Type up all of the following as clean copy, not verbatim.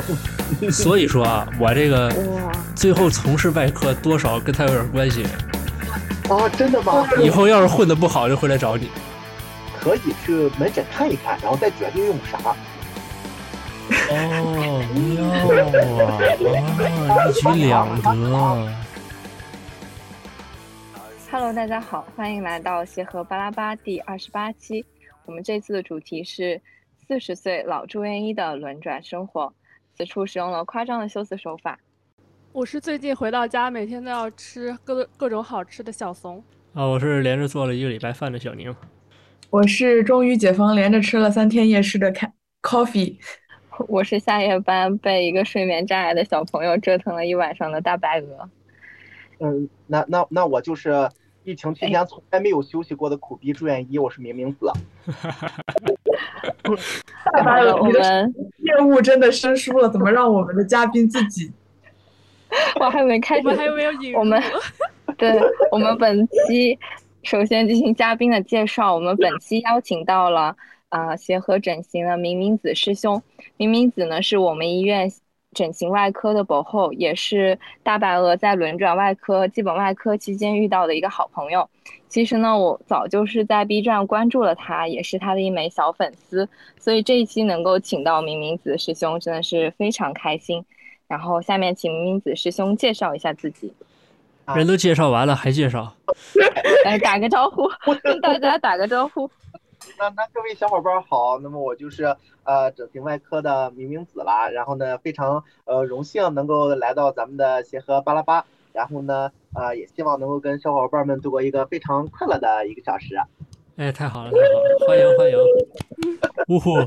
所以说啊，我这个最后从事外科多少跟他有点关系。 啊，真的吗？ 以后要是混得不好，就回来找你。 可以去门诊看一看，然后再决定用啥。 哦，妙啊！一举两得。 Hello， 大家好，欢迎来到协和巴拉巴第28期。我们这次的主题是40岁老住院医的轮转生活。此处使用了夸张的修辞手法。 我是最近回到家，每天都要吃各种好吃的小怂。 我是连着做了1个礼拜饭的小宁。 我是终于解封，连着吃了3天夜市的coffee。 我是下夜班被一个睡眠障碍的小朋友折腾了一晚上的大白鹅。 那我就是疫情期间从来没有休息过的苦逼住院医，我是明明子。 大白鹅，我们业务真的生疏了，怎么让我们的嘉宾自己？ 我还没开始， 我们还没有引入。 对，我们本期首先进行嘉宾的介绍。我们本期邀请到了协和整形的明明子师兄。明明子呢是我们医院整形外科的博后，也是大白鹅在轮转外科、基本外科期间遇到的一个好朋友。其实呢，我早就是在 B 站关注了他，也是他的一枚小粉丝，所以这一期能够请到明明子师兄，真的是非常开心。然后下面请明明子师兄介绍一下自己。 人都介绍完了还介绍？ 来打个招呼，跟大家打个招呼。 那各位小伙伴好，那么我就是整形外科的明明子啦。然后呢，非常荣幸能够来到咱们的协和巴拉巴，然后呢也希望能够跟小伙伴们度过一个非常快乐的1个小时。 哎，太好了，欢迎欢迎！呜呼！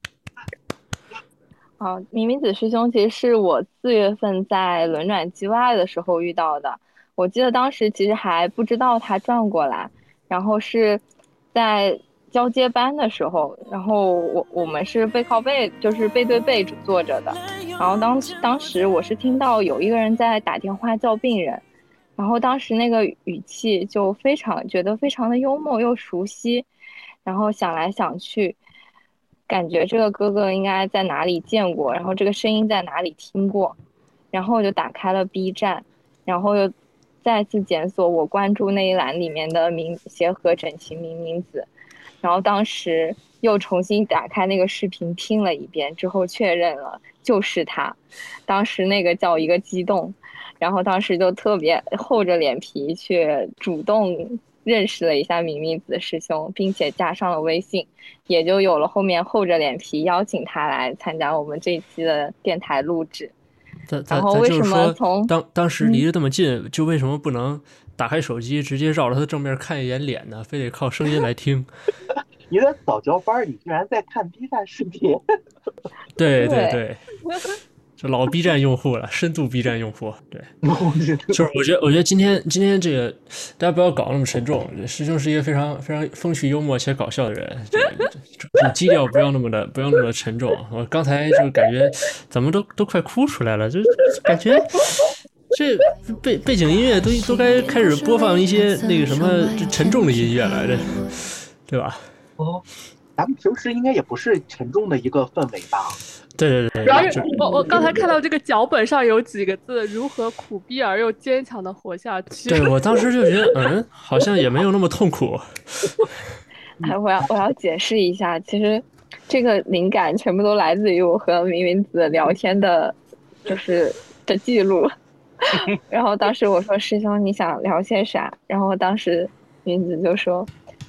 明明子师兄其实是我4月份在轮转 GY 的时候遇到的。我记得当时其实还不知道他转过来，然后是在交接班的时候，然后我们是背靠背，就是背对背坐着的。然后当时我是听到有一个人在打电话叫病人，然后当时那个语气就觉得非常的幽默又熟悉，然后想来想去，感觉这个哥哥应该在哪里见过，然后这个声音在哪里听过，然后我就打开了 B 站，然后又再次检索我关注那一栏里面的协和整形明明子，然后当时又重新打开那个视频听了一遍之后确认了就是他，当时那个叫一个激动，然后当时就特别厚着脸皮去主动认识了一下明明子师兄，并且加上了微信，也就有了后面厚着脸皮邀请他来参加我们这一期的电台录制。然后为什么当时离得这么近，就为什么不能打开手机直接绕着他正面看一眼脸呢？非得靠声音来听？ 你的早教班，你居然在看 B 站视频？ 对。这老 B 站用户了，深度 B 站用户。对，就是我觉得今天这个大家不要搞那么沉重。师兄是一个非常非常风趣幽默且搞笑的人，基调不要那么的沉重。我刚才就感觉怎么都快哭出来了，就感觉这背景音乐都该开始播放一些那个什么沉重的音乐了，对吧？ 咱们平时应该也不是沉重的一个氛围吧？ 对。 然后我刚才看到这个脚本上有几个字：如何苦逼而又坚强的活下去。 对，我当时就觉得，好像也没有那么痛苦。 我要解释一下，其实这个灵感全部都来自于我和明明子聊天的记录。然后当时我说师兄你想聊些啥？然后当时明子就说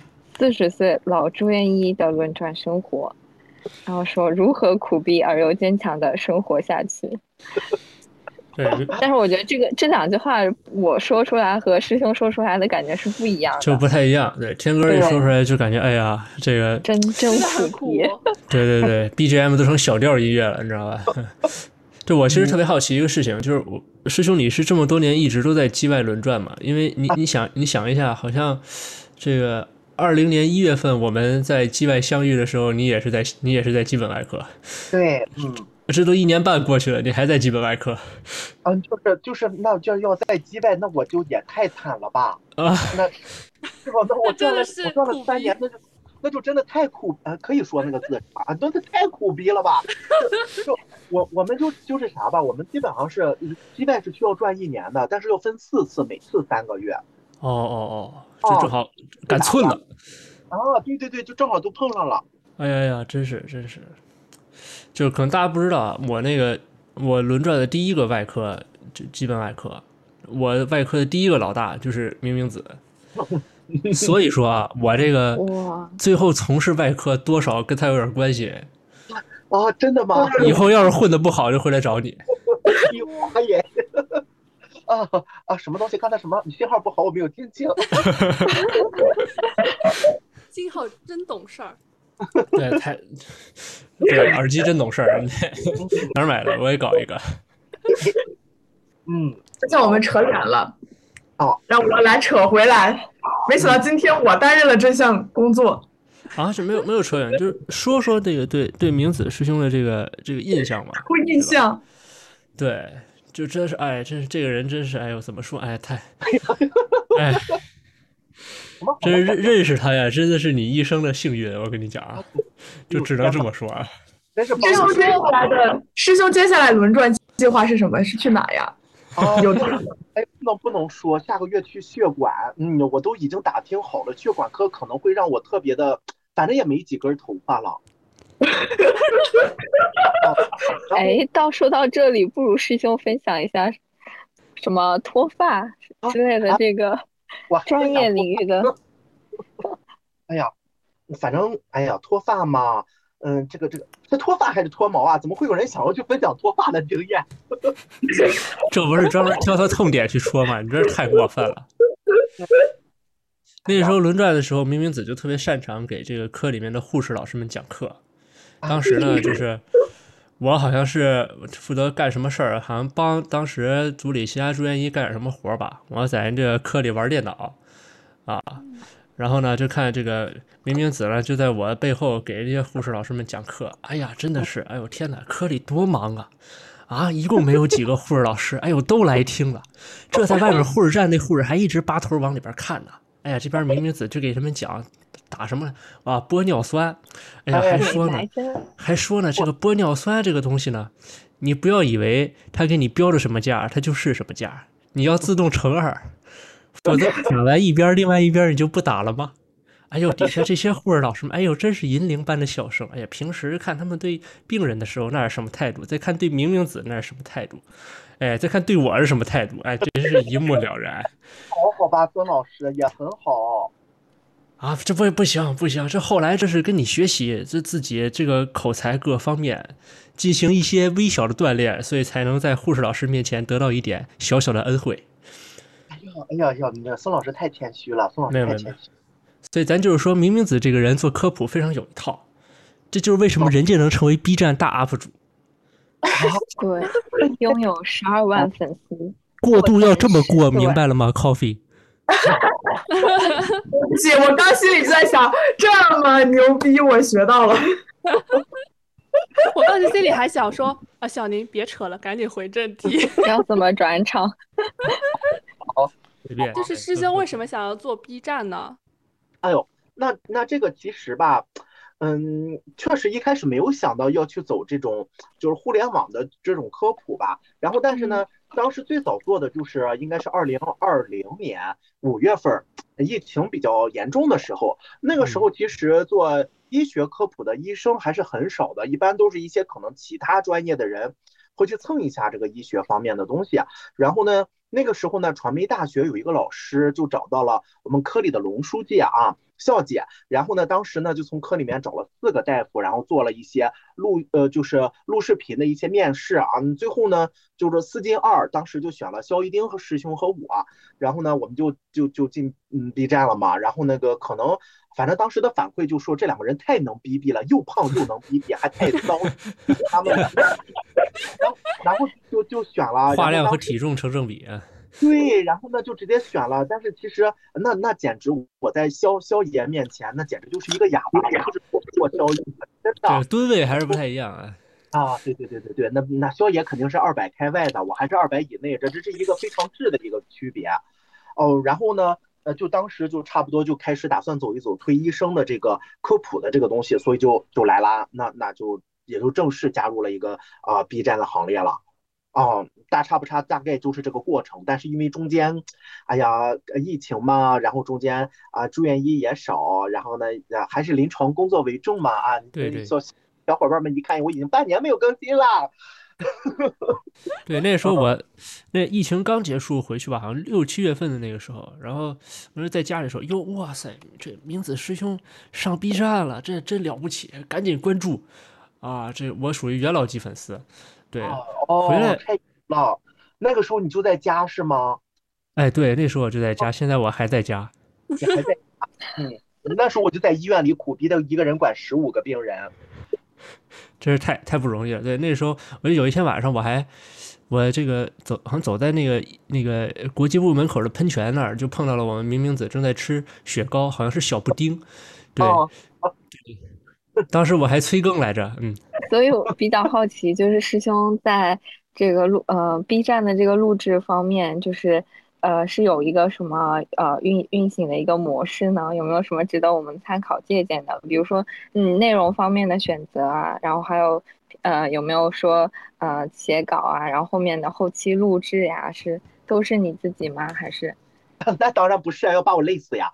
40岁老住院医的轮转生活，然后说如何苦逼而又坚强的生活下去。 对， 但是我觉得这2句话我说出来和师兄说出来的感觉是不一样的， 就不太一样。对，天哥一说出来就感觉哎呀，这个真苦逼。 对 BGM 都成小调音乐了，你知道吧？对，我其实特别好奇一个事情，就是师兄你是这么多年一直都在机外轮转嘛？因为你想一下，好像这个2020年1月份我们在机外相遇的时候，你也是在基本外科。 对， 这都1年半过去了，你还在基本外科？ 就是那就要在机外，那我就也太惨了吧？那是吧？那我转了3年，那就那就真的太苦可以说那个字啊，真的太苦逼了吧？就我们就是啥吧，我们基本上是击败是需要转1年的，但是要分4次，每次3个月。 这正好赶寸了啊！对对对，就正好都碰上了。 哎呀，真是，就可能大家不知道啊，我轮转的第一个外科就基本外科，我外科的第一个老大就是明明子。所以说啊，我这个最后从事外科多少跟他有点关系。 啊，真的吗？ 以后要是混得不好，就回来找你。 我也什么东西？刚才什么？你信号不好，我没有听清。 信号真懂事儿。 对，耳机真懂事儿。哪儿买的？我也搞一个。 像我们扯远了。让我来扯回来。没想到今天我担任了这项工作。 啊，是没有扯远，就是说这个对明子师兄的这个印象嘛。 印象。 对，就真是真是这个人真是呦怎么说太真是认识他呀，真的是你一生的幸运，我跟你讲啊，就只能这么说啊。 师兄接下来轮转计划是什么？是去哪呀？ 不能说，下个月去血管，我都已经打听好了，血管科可能会让我特别的，反正也没几根头发了。 说到这里，不如师兄分享一下什么脱发之类的这个专业领域的。 反正脱发嘛，这脱发还是脱毛啊？怎么会有人想要去分享脱发的经验？ 这不是专门挑他痛点去说吗？你这太过分了。那时候轮转的时候，明明子就特别擅长给这个科里面的护士老师们讲课。当时呢，就是我好像是负责干什么事儿，好像帮当时组里其他住院医干点什么活吧。我在这个科里玩电脑啊。然后呢，就看这个明明子呢，就在我背后给这些护士老师们讲课。哎呀，真的是，哎呦天哪，科里多忙啊！一共没有几个护士老师，哎呦都来听了。这在外面护士站那护士还一直扒头往里边看呢。哎呀，这边明明子就给他们讲打什么啊玻尿酸。哎呀，还说呢，这个玻尿酸这个东西呢，你不要以为他给你标的什么价，它就是什么价，你要自动乘2。否则打完一边，另外一边你就不打了吗？哎呦，底下这些护士老师们，哎呦，真是银铃般的笑声。哎呀，平时看他们对病人的时候那是什么态度，再看对明明子那是什么态度，再看对我是什么态度，真是一目了然。 好吧，孙老师也很好啊，这不行，这后来这是跟你学习，这自己这个口才各方面进行一些微小的锻炼，所以才能在护士老师面前得到一点小小的恩惠。 你孙老师太谦虚了，孙老师太谦虚。 所以咱就是说，明明子这个人做科普非常有一套，这就是为什么人家能成为 B 站大 UP 主。 对，拥有12万粉丝。 过度要这么过，明白了吗 ？Coffee。 姐，我刚心里就在想，这么牛逼，我学到了。 我当时心里还想说小宁别扯了，赶紧回正题。 要怎么转场？ 好， 就是师兄为什么想要做 B 站呢？ 哎呦，那这个其实吧，确实一开始没有想到要去走这种就是互联网的这种科普吧。然后但是呢，当时最早做的就是应该是2020年5月份，疫情比较严重的时候。那个时候其实做医学科普的医生还是很少的，一般都是一些可能其他专业的人会去蹭一下这个医学方面的东西。然后呢，那个时候呢，传媒大学有一个老师就找到了我们科里的龙书记笑姐，然后呢，当时呢就从科里面找了4个大夫，然后做了一些就是录视频的一些面试最后呢就是4进2，当时就选了肖一丁和师兄和我，然后呢我们就进B 站了嘛。然后那个可能反正当时的反馈就说这2个人太能逼逼了，又胖又能逼逼，还太骚，他们然后就选了话量和体重成正比。 对，然后呢就直接选了。但是其实那简直我在肖爷面前那简直就是一个哑巴，就是做肖爷真的。 对，吨位还是不太一样对，那肖爷肯定是200开外的，我还是200以内，这是一个非常质的一个区别。然后呢就当时就差不多就开始打算走一走推医生的这个科普的这个东西，所以就来啦，那就也就正式加入了一个B 站的行列了。大差不差，大概就是这个过程。但是因为中间，哎呀，疫情嘛，然后中间住院医也少，然后呢，还是临床工作为重嘛对， 小伙伴们一看，我已经半年没有更新了。 对，那时候那疫情刚结束回去吧，好像6、7月份的那个时候，然后我就在家里说，哇塞，这明子师兄上 B 站了，这真了不起，赶紧关注啊！这我属于元老级粉丝。对，回来了。那个时候你就在家是吗？ 哎，对，那时候我就在家，现在我还在家。 你还在那时候我就在医院里苦逼的一个人管15个病人。 真是太不容易了。对，那时候我就有一天晚上，我这个好像走在那个国际部门口的喷泉那儿，就碰到了我们明明子正在吃雪糕，好像是小布丁。对，当时我还催更来着。 所以我比较好奇，就是师兄在这个B 站的这个录制方面，就是是有一个什么运行的一个模式呢？有没有什么值得我们参考借鉴的？比如说内容方面的选择啊，然后还有有没有说写稿啊，然后后面的后期录制呀，都是你自己吗？还是？ 那当然不是，要把我累死呀。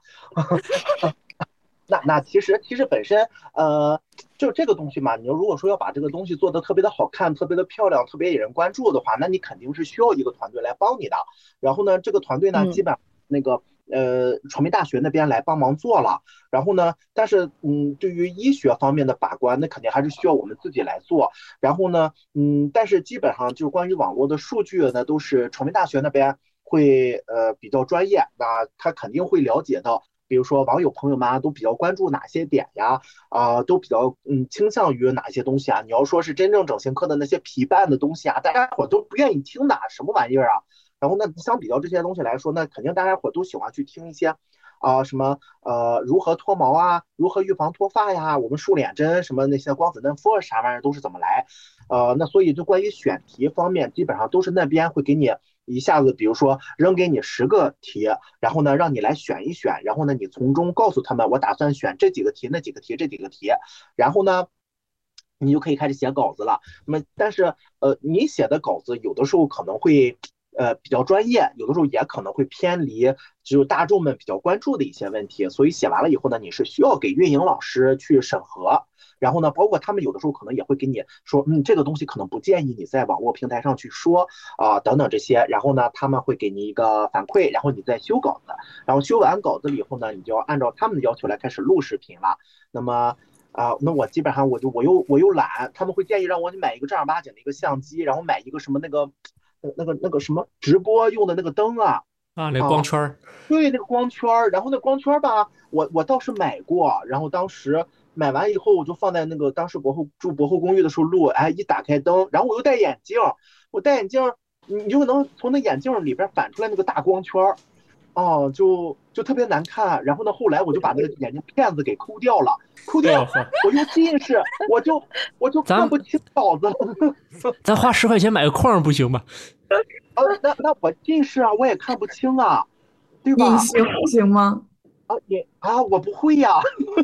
那其实本身就这个东西嘛，你如果说要把这个东西做得特别的好看、特别的漂亮、特别引人关注的话，那你肯定是需要一个团队来帮你的。然后呢，这个团队呢，基本那个传媒大学那边来帮忙做了。然后呢，但是对于医学方面的把关，那肯定还是需要我们自己来做。然后呢，但是基本上就是关于网络的数据呢，都是传媒大学那边会比较专业，那他肯定会了解到。比如说网友朋友们都比较关注哪些点呀？都比较倾向于哪些东西啊？你要说是真正整形科的那些皮瓣的东西啊，大家伙都不愿意听的，什么玩意儿啊？然后呢，相比较这些东西来说，那肯定大家伙都喜欢去听一些什么如何脱毛啊，如何预防脱发呀，我们瘦脸针什么那些光子嫩肤啥玩意儿都是怎么来？那所以就关于选题方面，基本上都是那边会给你。一下子，比如说扔给你10个题，然后呢，让你来选一选，然后呢，你从中告诉他们，我打算选这几个题、那几个题、这几个题，然后呢，你就可以开始写稿子了。那么，但是你写的稿子有的时候可能会比较专业，有的时候也可能会偏离就是大众们比较关注的一些问题，所以写完了以后呢，你是需要给运营老师去审核。然后呢，包括他们有的时候可能也会给你说，这个东西可能不建议你在网络平台上去说等等这些。然后呢，他们会给你一个反馈，然后你再修稿子。然后修完稿子了以后呢，你就要按照他们的要求来开始录视频了。那么那我基本上我又懒，他们会建议让我买一个正儿八经的一个相机，然后买一个什么那个什么直播用的那个灯啊。 那光圈。 对，那个光圈。然后那光圈吧，我倒是买过，然后当时。买完以后，我就放在那个当时住博后公寓的时候录，一打开灯，然后我又戴眼镜，我戴眼镜，你就能从那眼镜里边反出来那个大光圈，就特别难看。然后呢，后来我就把那个眼镜片子给抠掉了，我又近视，我就看不清稿子了。 咱花10块钱买个框不行吗？ 那我近视啊，我也看不清啊，对吧？ 隐形不行吗？ 我不会呀，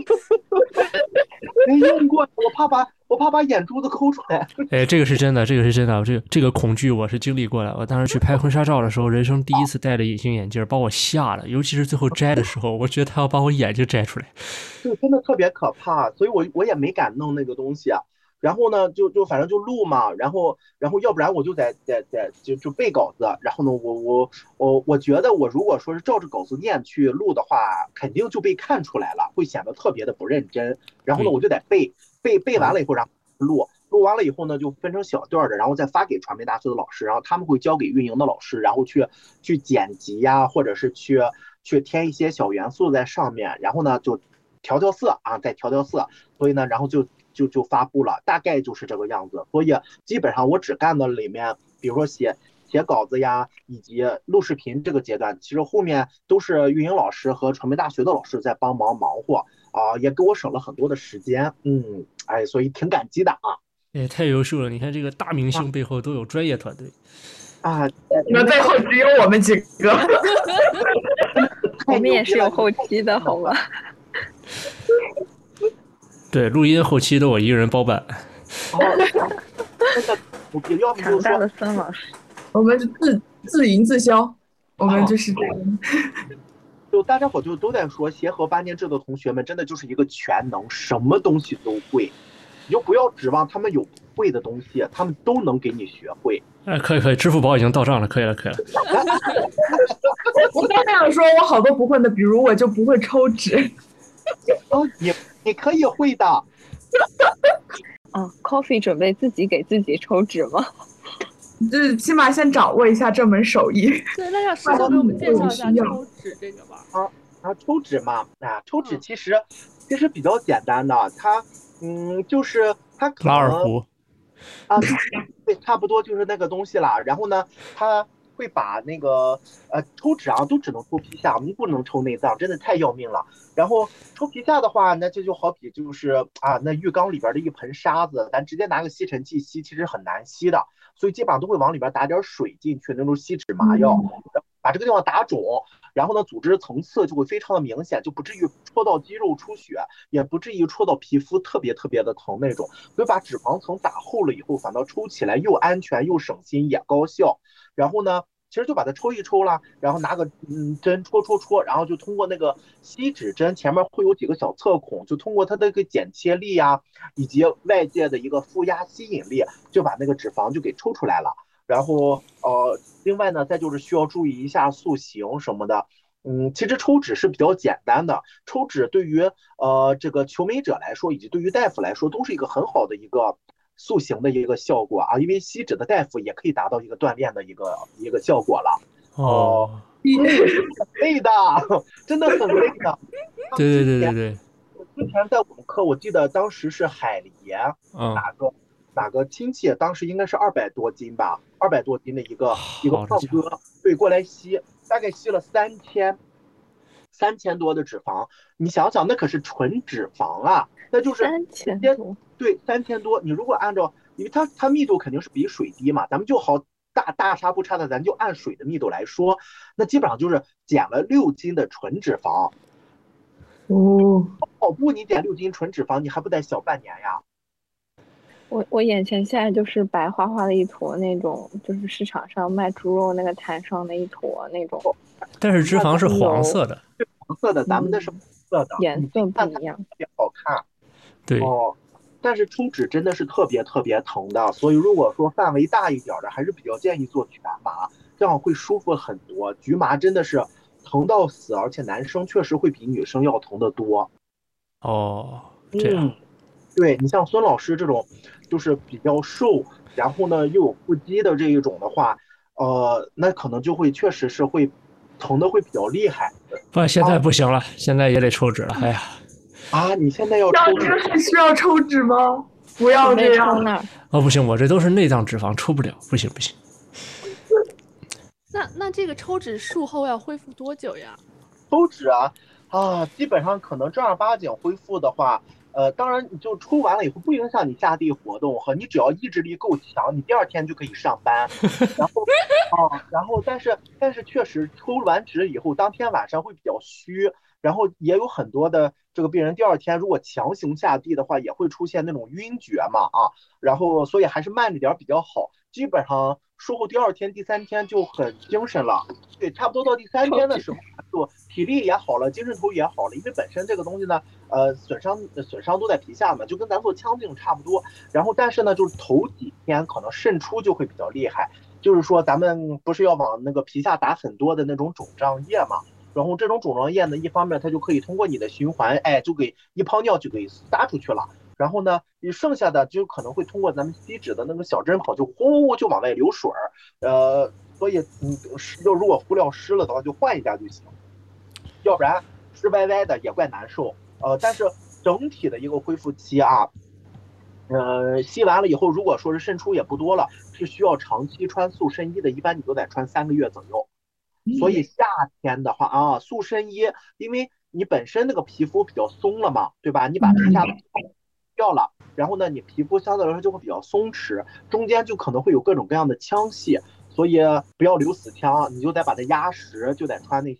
没用过，我怕把眼珠子抠出来。 哎，这个是真的，这个恐惧我是经历过了。我当时去拍婚纱照的时候，人生第一次戴了隐形眼镜，把我吓了。尤其是最后摘的时候，我觉得他要把我眼睛摘出来， 对，真的特别可怕，所以我也没敢弄那个东西。然后呢，就反正就录嘛，然后要不然我就就背稿子。然后呢，我觉得我如果说是照着稿子念去录的话，肯定就被看出来了，会显得特别的不认真。然后呢，我就得背完了以后，然后录完了以后呢，就分成小段的，然后再发给传媒大学的老师，然后他们会交给运营的老师，然后去剪辑呀，或者是去添一些小元素在上面，然后呢就调色啊，再调色，所以呢，然后就发布了，大概就是这个样子。所以基本上我只干到里面，比如说写稿子呀，以及录视频这个阶段，其实后面都是运营老师和传媒大学的老师在帮忙忙活也给我省了很多的时间。所以挺感激的啊。 哎，太优秀了！你看这个大明星背后都有专业团队那背后只有我们几个。 我们也是有后期的，好吗？ 对，录音后期都我一个人包办。 我要不就是说孙老师， 我们是自营自销，我们就是这样。 就大家伙就都在说，协和8年制的同学们真的就是一个全能，什么东西都会。你就不要指望他们有不会的东西，他们都能给你学会。 可以，支付宝已经到账了，可以了。 我刚才想说，我好多不会的，比如我就不会抽纸。 你可以会的。 Coffee 准备自己给自己抽纸吗？ 就是起码先掌握一下这门手艺。 对，那让师兄给我们介绍一下抽纸这个吧。 抽纸嘛，抽纸其实比较简单的，它就是它可能拉二胡对，差不多就是那个东西啦。然后呢，它会把那个抽纸都只能抽皮下，我们不能抽内脏，真的太要命了。然后抽皮下的话，那这就好比就是那浴缸里边的一盆沙子，咱直接拿个吸尘器吸，其实很难吸的，所以基本上都会往里边打点水进去，那种吸脂麻药，把这个地方打肿，然后呢，组织层次就会非常的明显，就不至于戳到肌肉出血，也不至于戳到皮肤特别的疼那种。所以把脂肪层打厚了以后，反倒抽起来又安全又省心也高效。然后呢，其实就把它抽一抽了，然后拿个针戳，然后就通过那个吸脂针前面会有几个小侧孔，就通过它的一个剪切力以及外界的一个负压吸引力，就把那个脂肪就给抽出来了。然后另外呢，再就是需要注意一下塑形什么的。其实抽脂是比较简单的，抽脂对于这个求美者来说，以及对于大夫来说，都是一个很好的一个塑形的一个效果因为吸脂的大夫也可以达到一个锻炼的一个效果了。累的，真的很累的。 对。 之前在我们课，我记得当时是海里哪个亲戚，当时应该是200多斤吧，200多斤的一个胖哥，对，过来吸，大概吸了3000多的脂肪。你想想，那可是纯脂肪那就是 3000多。 对，3000多。你如果按照，因为它密度肯定是比水低嘛，咱们就好大差不差的，咱就按水的密度来说，那基本上就是减了6斤的纯脂肪。跑步你减6斤纯脂肪，你还不得小半年呀？ 我眼前现在就是白花花的一坨那种，就是市场上卖猪肉那个摊上的一坨那种。 但是脂肪是黄色的， 黄色的，咱们的是红色的， 颜色不一样， 特别好看。 对但是抽脂真的是特别疼的，所以如果说范围大一点的，还是比较建议做全麻，这样会舒服很多。局麻真的是疼到死，而且男生确实会比女生要疼得多。 这样。 对，你像孙老师这种就是比较瘦，然后呢又有腹肌的这一种的话，那可能就会确实是会疼的会比较厉害。 现在不行了，现在也得抽脂了。哎呀， 你现在要抽脂还需要抽脂吗？不要这样。 不行，我这都是内脏脂肪，抽不了，不行。 那这个抽脂术后要恢复多久呀？ 抽脂基本上可能正儿八经恢复的话。当然，你就抽完了以后不影响你下地活动和你只要意志力够强，你第2天就可以上班。然后但是确实抽完脂以后，当天晚上会比较虚，然后也有很多的这个病人第2天如果强行下地的话，也会出现那种晕厥嘛然后所以还是慢着点比较好。基本上术后第2天、第3天就很精神了，对，差不多到第3天的时候，就体力也好了，精神头也好了，因为本身这个东西呢，损伤都在皮下嘛，就跟咱做腔镜差不多。然后但是呢，就是头几天可能渗出就会比较厉害，就是说咱们不是要往那个皮下打很多的那种肿胀液嘛，然后这种肿胀液呢，一方面它就可以通过你的循环，就给一泡尿就给撒出去了。然后呢，你剩下的就可能会通过咱们吸脂的那个小针孔，就呼就往外流水所以你如果敷料湿了的话，就换一家就行，要不然湿歪歪的也怪难受。但是整体的一个恢复期吸完了以后，如果说是渗出也不多了，是需要长期穿塑身衣的，一般你都得穿3个月左右。所以夏天的话塑身衣，因为你本身那个皮肤比较松了嘛，对吧？你把皮下的掉了，然后呢，你皮肤相对来说就会比较松弛，中间就可能会有各种各样的腔隙，所以不要留死腔，你就得把它压实，就得穿那些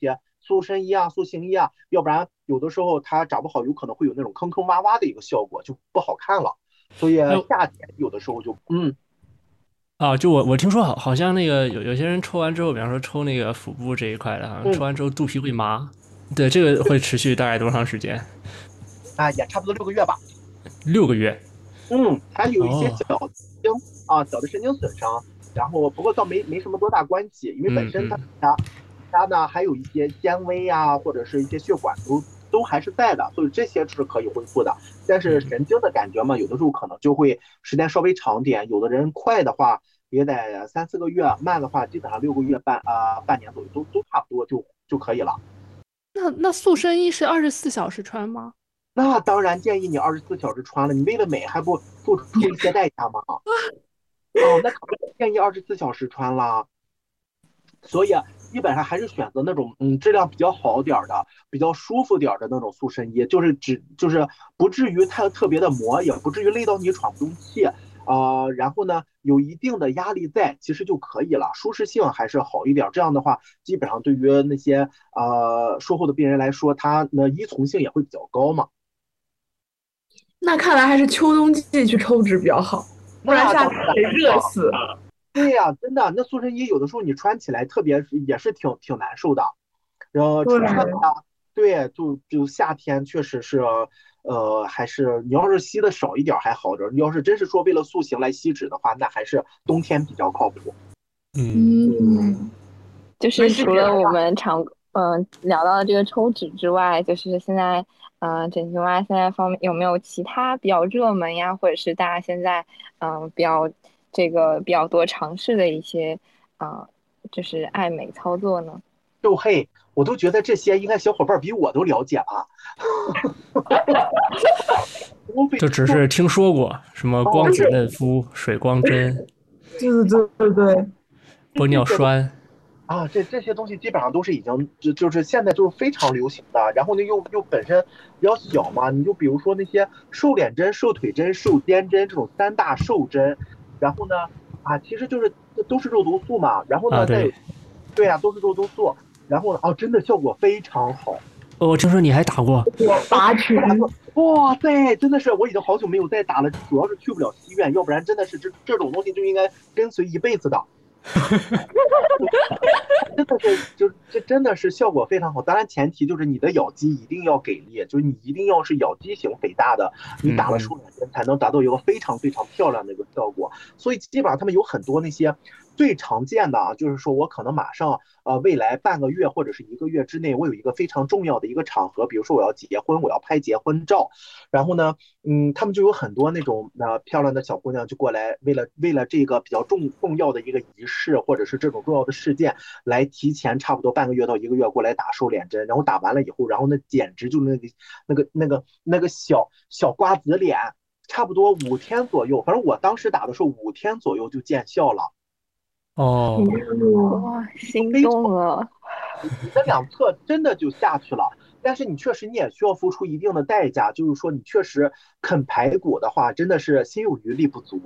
塑身衣啊、塑形衣啊，要不然有的时候它长不好，有可能会有那种坑坑洼洼的一个效果，就不好看了。所以夏天有的时候就就我听说好像那个有些人抽完之后，比方说抽那个腹部这一块的，好像抽完之后肚皮会麻。对，这个会持续大概多长时间？ 也差不多6个月吧。 6个月。 还有一些小的神经损伤，然后不过倒没什么多大关系，因为本身它呢还有一些纤维啊，或者是一些血管都还是在的，所以这些是可以恢复的。但是神经的感觉嘛，有的时候可能就会时间稍微长点，有的人快的话也得3、4个月，慢的话基本上6个月半年左右都差不多就可以了。 那塑身衣是24小时穿吗？ 那当然建议你24小时穿了，你为了美还不付出一些代价吗？那可能建议24小时穿了。所以基本上还是选择那种质量比较好点的、比较舒服点的那种塑身衣，就是不至于太特别的磨，也不至于累到你喘不动气。然后呢，有一定的压力在，其实就可以了，舒适性还是好一点。这样的话，基本上对于那些术后的病人来说，它的依从性也会比较高嘛。 那看来还是秋冬季去抽脂比较好，不然夏天得热死。 对呀，真的，那塑身衣有的时候你穿起来特别也是挺难受的。然后出汗啊，对，就夏天确实是，还是你要是吸的少一点还好点，你要是真是说为了塑形来吸脂的话，那还是冬天比较靠谱。 就是除了我们聊到这个抽脂之外，就是现在整形外现在方面有没有其他比较热门呀，或者是大家现在比较多尝试的一些就是爱美操作呢？ 我都觉得这些应该小伙伴比我都了解吧。 就只是听说过什么光子嫩肤、水光针， 对， 玻尿酸这些东西基本上都是已经就是现在就是非常流行的，然后呢又本身比较小嘛，你就比如说那些瘦脸针、瘦腿针、瘦肩针这种3大瘦针，然后呢其实就是都是肉毒素嘛，然后呢对啊，都是肉毒素，然后呢真的效果非常好。 我听说你还打过， 我打群， 哇塞，真的是我已经好久没有再打了，主要是去不了医院，要不然真的是这种东西就应该跟随一辈子的。真的是这真的是效果非常好，当然前提就是你的咬肌一定要给力，就是你一定要是咬肌型肥大的，你打了瘦脸针才能达到一个非常非常漂亮的一个效果。所以基本上他们有很多那些最常见的就是说我可能马上未来半个月或者是1个月之内，我有一个非常重要的一个场合，比如说我要结婚，我要拍结婚照，然后呢他们就有很多那种漂亮的小姑娘就过来，为了这个比较重要的一个仪式或者是这种重要的事件，来提前差不多半个月到1个月过来打瘦脸针，然后打完了以后，然后那简直就那个小瓜子脸，差不多5天左右，反正我当时打的时候5天左右就见效了。 哇，心动了！ 你的2侧真的就下去了，但是你也需要付出一定的代价，就是说你确实啃排骨的话，真的是心有余力不足。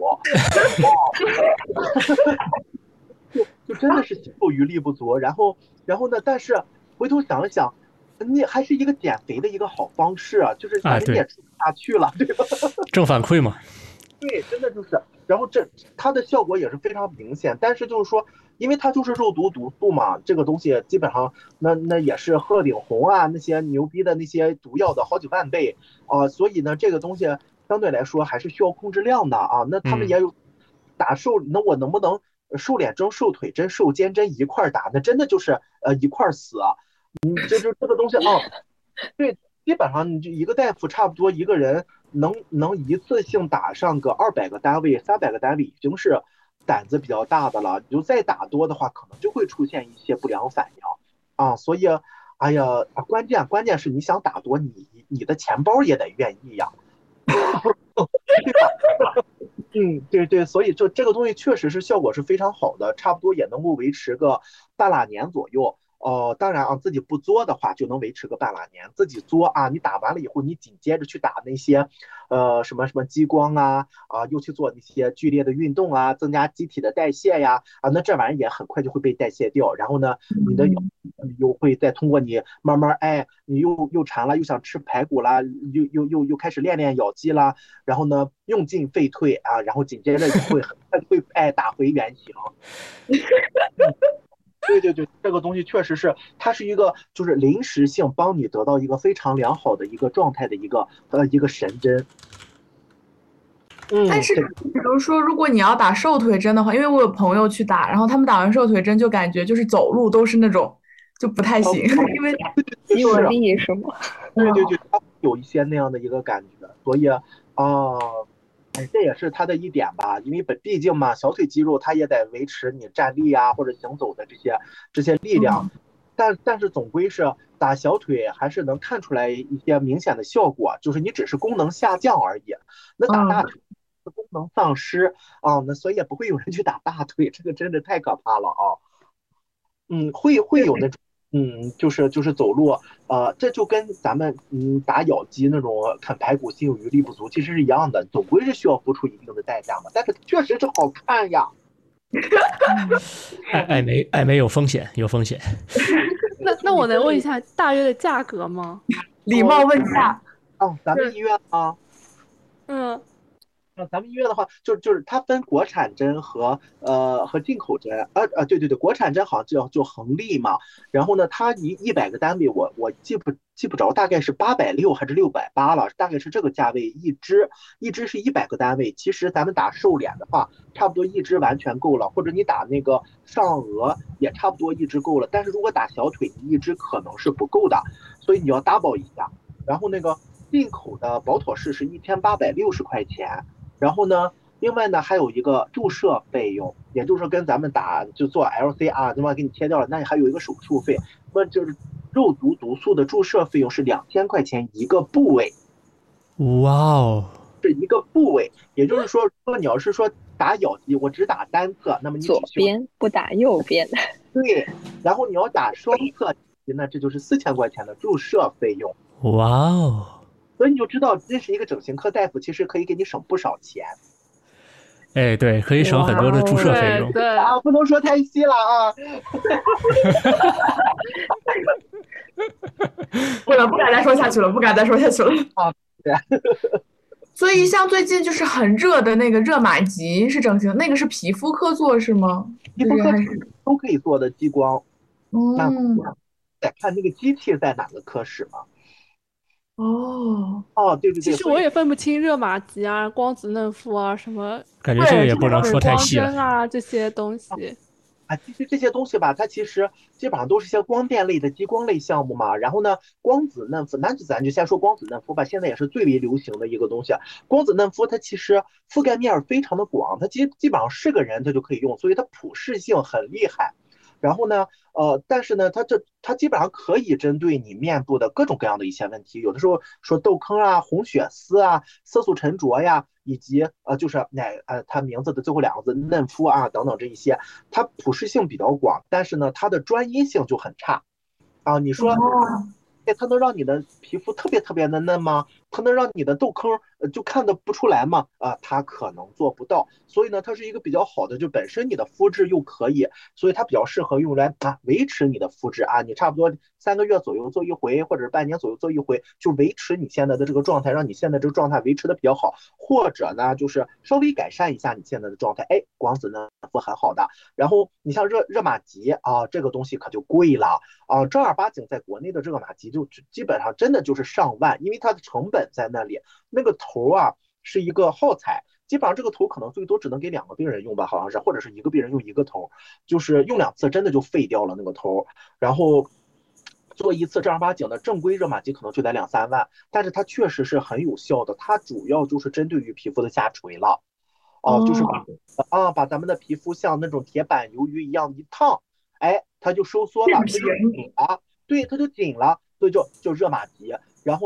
就真的是心有余力不足。然后呢，但是回头想了想，你还是一个减肥的一个好方式啊，就是反正你也吃不下去了，对吧？ 正反馈嘛。 对，真的就是，然后它的效果也是非常明显，但是就是说，因为它就是肉毒素嘛，这个东西基本上那也是鹤顶红啊那些牛逼的那些毒药的好几万倍所以呢，这个东西相对来说还是需要控制量的那他们也有打那我能不能瘦脸针、瘦腿针、瘦肩针一块打？那真的就是一块死这个东西对。基本上你就一个大夫差不多一个人能一次性打上个200个单位、300个单位，已经是胆子比较大的了。你就再打多的话，可能就会出现一些不良反应所以，哎呀，关键是你想打多，你的钱包也得愿意呀，对吧？对，所以这个东西确实是效果是非常好的，差不多也能够维持个半拉年左右。 当然啊，自己不作的话就能维持个半拉年。自己作啊，你打完了以后，你紧接着去打那些，什么什么激光又去做那些剧烈的运动啊，增加机体的代谢呀，那这玩意儿也很快就会被代谢掉。然后呢，你的又会再通过你慢慢，你又馋了，又想吃排骨啦，又开始练咬肌啦，然后呢，用进废退啊，然后紧接着也会很快会打回原形。对，这个东西确实是，它是一个就是临时性帮你得到一个非常良好的一个状态的一个神针。 但是比如说，如果你要打瘦腿针的话，因为我有朋友去打，然后他们打完瘦腿针就感觉就是走路都是那种就不太行，因为肌无力是吗？ 对，它有一些那样的一个感觉，所以这也是它的一点吧，因为毕竟嘛，小腿肌肉它也得维持你站立啊或者行走的这些力量，但是总归是打小腿还是能看出来一些明显的效果，就是你只是功能下降而已。那打大腿功能丧失那所以也不会有人去打大腿，这个真的太可怕了啊。会有那种。就是走路，这就跟咱们打咬肌那种啃排骨心有余力不足，其实是一样的，总归是需要付出一定的代价嘛。但是确实是好看呀。 爱美有风险，有风险。 那我能问一下大约的价格吗？ 礼貌问价。 咱们医院啊。咱们医院的话，就是它分国产针和进口针，对，国产针好像就恒力嘛，然后呢，它100个单位，我记不着，大概是860还是680了，大概是这个价位一支是100个单位。其实咱们打瘦脸的话，差不多一支完全够了，或者你打那个上颚也差不多一支够了。但是如果打小腿，你一支可能是不够的，所以你要 double 一下。然后那个进口的保妥适是1860块钱。然后呢，另外呢还有一个注射费用，也就是说跟咱们就做 LC 那么给你切掉了，那你还有一个手术费，那么就是肉毒毒素的注射费用是2000块钱一个部位。 哇哦， 是一个部位，也就是说，如果你要是说打咬肌，我只打单侧，那么你左边不打右边。 对，然后你要打双侧，那这就是4000块钱的注射费用。 哇哦！ 所以你就知道，认识一个整形科大夫，其实可以给你省不少钱。 对，可以省很多的注射费用。 对不能说太细了啊。 不敢再说下去了， 对。 所以像最近就是很热的那个热玛吉是整形，那个是皮肤科做是吗？ 皮肤科都可以做的激光。得看那个机器在哪个科室嘛。对。 其实我也分不清热玛吉啊、光子嫩肤啊什么， 感觉这个也不能说太细了。这些东西其实这些东西吧，它其实基本上都是一些光电类的激光类项目嘛。然后呢，光子嫩肤，咱就先说光子嫩肤吧，现在也是最为流行的一个东西。光子嫩肤它其实覆盖面非常的广，它基本上是个人他就可以用，所以它普适性很厉害。然后呢，但是呢，它基本上可以针对你面部的各种各样的一些问题，有的时候说痘坑啊、红血丝啊、色素沉着呀，以及就是它名字的最后2个字嫩肤等等这一些，它普适性比较广，但是呢，它的专一性就很差你说。它能让你的皮肤特别特别的嫩吗？它能让你的痘坑就看得不出来吗？它可能做不到。所以呢，它是一个比较好的，就本身你的肤质又可以，所以它比较适合用来维持你的肤质你差不多3个月左右做一回，或者是半年左右做一回，就维持你现在的这个状态，让你现在这个状态维持的比较好，或者呢，就是稍微改善一下你现在的状态。光子嫩肤很好的。然后你像热玛吉这个东西可就贵了正儿八经在国内的热玛吉就基本上真的就是上万，因为它的成本在那里，那个头是一个耗材，基本上这个头可能最多只能给2个病人用吧，好像是，或者是1个病人用1个头，就是用2次真的就废掉了那个头。然后做一次正儿八经的正规热玛吉可能就得2-3万，但是它确实是很有效的，它主要就是针对于皮肤的下垂了就是把咱们的皮肤像那种铁板鱿鱼一样一烫，它就收缩了，它就紧了，对，它就紧了，所以就热玛吉。然后呢，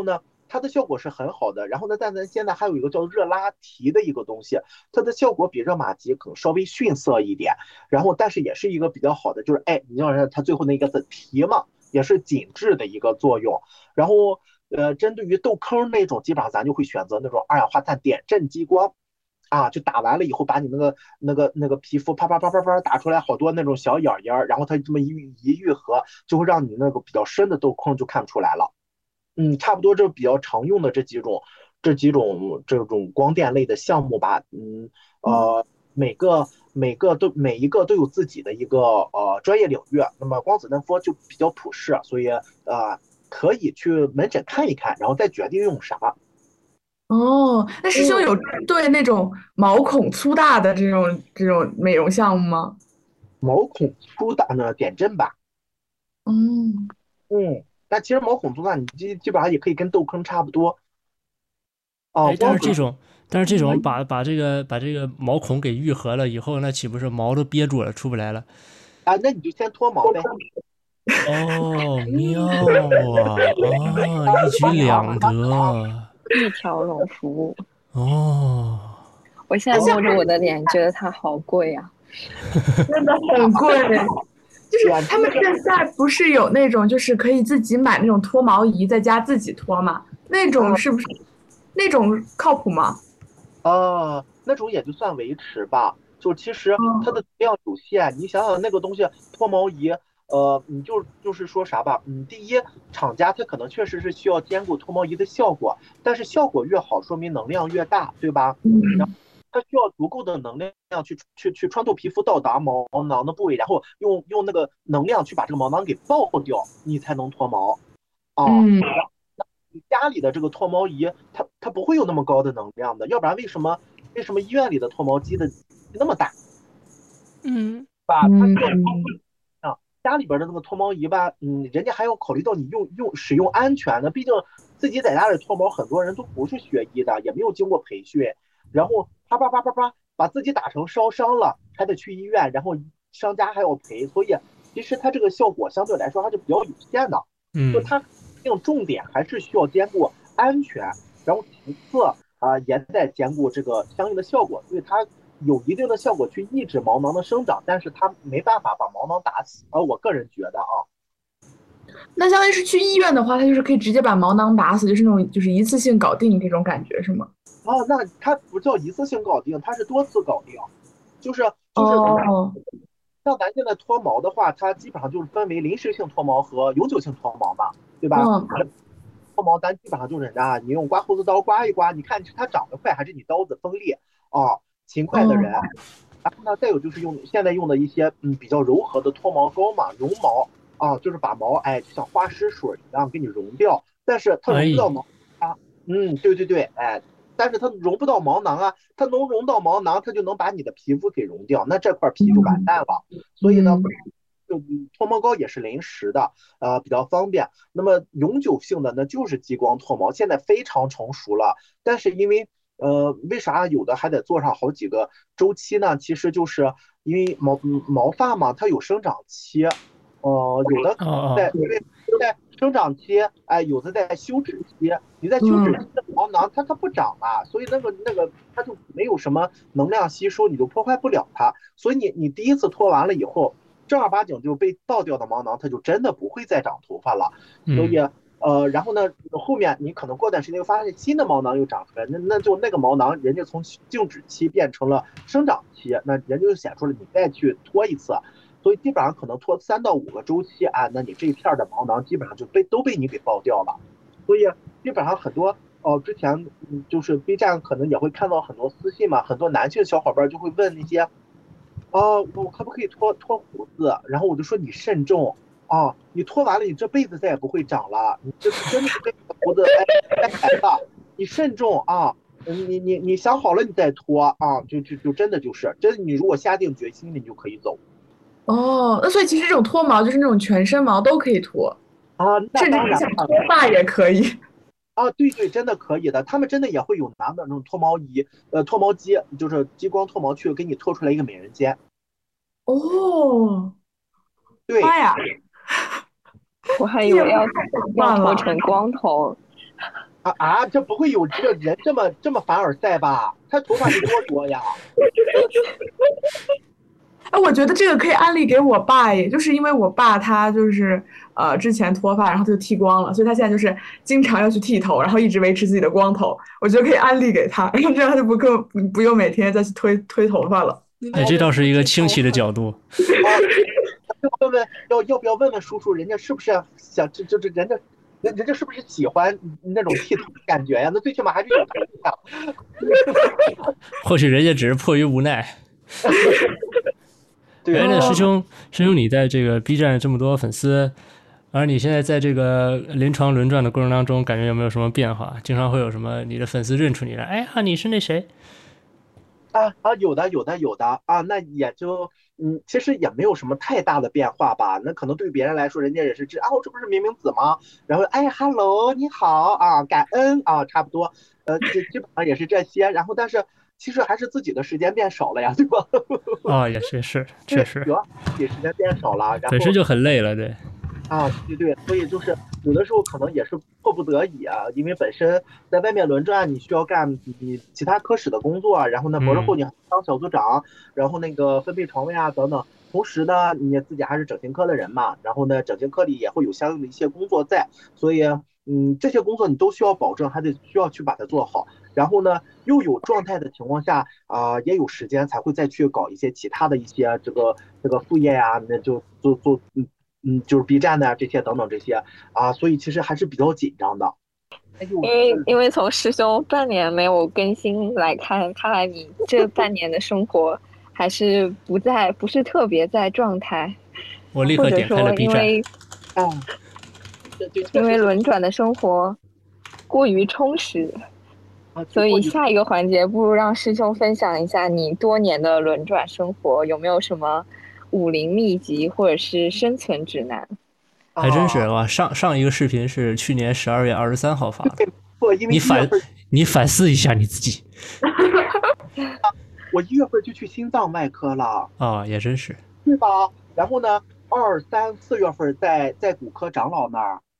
它的效果是很好的。然后呢，但咱现在还有一个叫热拉提的一个东西，它的效果比热玛吉可能稍微逊色一点，然后但是也是一个比较好的，就是你要是它最后那个字提嘛，也是紧致的一个作用。然后针对于痘坑那种，基本上咱就会选择那种二氧化碳点阵激光。就打完了以后，把你那个皮肤啪啪啪啪啪打出来好多那种小眼眼，然后它这么一愈合，就会让你那个比较深的痘坑就看出来了。差不多这比较常用的这几种这种光电类的项目吧。每一个都有自己的一个专业领域。那么光子嫩肤就比较普适，所以可以去门诊看一看，然后再决定用啥。 哦，那师兄有对那种毛孔粗大的这种美容项目吗？ 毛孔粗大呢，点阵吧。 嗯， 但其实毛孔粗大，你基本上也可以跟痘坑差不多。 但光子是这种把这个毛孔给愈合了以后，那岂不是毛都憋住了，出不来了？ 那你就先脱毛呗。 哦，妙一举两得， 一条龙服务。 哦， 我现在摸着我的脸，觉得它好贵啊， 真的很贵。就是他们现在不是有那种就是可以自己买那种脱毛仪，在家自己脱吗？那种是不是那种靠谱吗？ 那种也就算维持吧。就其实它的量有限，你想想那个东西脱毛仪，你就是说啥吧。第一，厂家它可能确实是需要兼顾脱毛仪的效果，但是效果越好，说明能量越大，对吧？然后它需要足够的能量去穿透皮肤到达毛囊的部位，然后用那个能量去把这个毛囊给爆掉，你才能脱毛。然后你家里的这个脱毛仪，它不会有那么高的能量的，要不然为什么医院里的脱毛机的那么大？吧？它需要家里边的那个脱毛仪吧，人家还要考虑到你使用安全的，毕竟自己在家里脱毛，很多人都不是学医的，也没有经过培训，然后啪啪啪啪啪把自己打成烧伤了，还得去医院，然后商家还要赔，所以其实它这个效果相对来说还是比较有限的。就它定重点还是需要兼顾安全，然后其次也在兼顾这个相应的效果，所以它有一定的效果去抑制毛囊的生长，但是它没办法把毛囊打死。我个人觉得那相当于是去医院的话，它就是可以直接把毛囊打死，就是那种就是一次性搞定这种感觉是吗？ 那它不叫一次性搞定，它是多次搞定，就是像咱现在脱毛的话，它基本上就是分为临时性脱毛和永久性脱毛嘛，对吧？脱毛咱基本上就是你用刮胡子刀刮一刮，你看它长得快还是你刀子锋利勤快的人。然后呢，再有就是现在用的一些比较柔和的脱毛膏嘛，绒毛就是把毛就像花湿水一样给你溶掉，但是它溶不到毛对对对，但是它融不到毛囊它能融到毛囊，它就能把你的皮肤给溶掉，那这块皮就完蛋了。所以呢，就脱毛膏也是临时的，比较方便。那么永久性的那就是激光脱毛，现在非常成熟了。但是因为为啥有的还得做上好几个周期呢？其实就是因为毛发嘛，它有生长期，有的在生长期，有的在休止期。你在休止期的毛囊，它不长了，所以那个它就没有什么能量吸收，你就破坏不了它。所以你第一次脱完了以后，正儿八经就被爆掉的毛囊，它就真的不会再长头发了。所以然后呢，后面你可能过段时间又发现新的毛囊又长出来，那就那个毛囊人家从静止期变成了生长期，那人家就显出了你再去脱一次。所以基本上可能脱3到5个周期那你这一片的毛囊基本上都被你给爆掉了。所以基本上很多之前就是 B 站可能也会看到很多私信嘛，很多男性小伙伴就会问那些我可不可以脱胡子？然后我就说你慎重你脱完了你这辈子再也不会长了，你这真的是跟胡子来了，你慎重你想好了你再脱就真的就是真，你如果下定决心你就可以走。 那所以其实这种脱毛就是那种全身毛都可以脱甚至你想脱发也可以对对，真的可以的。他们真的也会有拿的那种脱毛仪、脱毛机，就是激光脱毛去给你脱出来一个美人尖。对。 妈呀！ 我还以为要脱成光头。 这不会有这个人这么凡尔赛吧？他头发是多呀？ 哎，我觉得这个可以安利给我爸耶，就是因为我爸他就是之前脱发，然后他就剃光了，所以他现在就是经常要去剃头，然后一直维持自己的光头。我觉得可以安利给他，然后这样他就不用每天再去推头发了。 哎，这倒是一个清奇的角度。 要不要问问叔叔，人家是不是想人家是不是喜欢那种剃头的感觉呀？那最起码还是有头发。 或许人家只是迫于无奈。 对， 那师兄，你在这个 B 站这么多粉丝，而你现在在这个临床轮转的过程当中，感觉有没有什么变化？经常会有什么你的粉丝认出你来，哎呀，你是那谁？ 有的啊，那也就其实也没有什么太大的变化吧。那可能对别人来说，人家也是这不是明明子吗？然后哎，hello，你好啊，感恩啊，差不多，基本上也是这些。然后但是其实还是自己的时间变少了呀，对吧？ 也是，确实， 主要自己时间变少了，然后本身就很累了，对。 对，所以就是有的时候可能也是迫不得已啊，因为本身在外面轮转，你需要干你其他科室的工作，然后呢，博士后你还当小组长，然后那个分配床位啊等等，同时呢，你自己还是整形科的人嘛，然后呢，整形科里也会有相应的一些工作在，所以这些工作你都需要保证，还得需要去把它做好，然后呢，又有状态的情况下也有时间才会再去搞一些其他的一些这个副业呀，那就做就是 B 站的这些等等这些所以其实还是比较紧张的。 因为从师兄半年没有更新来看，看来你这半年的生活还是不是特别在状态。 我立刻点开了 B 站。 因为轮转的生活过于充实，所以下一个环节不如让师兄分享一下你多年的轮转生活，有没有什么武林秘籍或者是生存指南？ 还真是哇！上一个视频是去年12月23号发的，你反思一下你自己。 我1月份就去心脏外科了也真是， 对吧？然后呢，2、3、4月份在骨科长老那儿。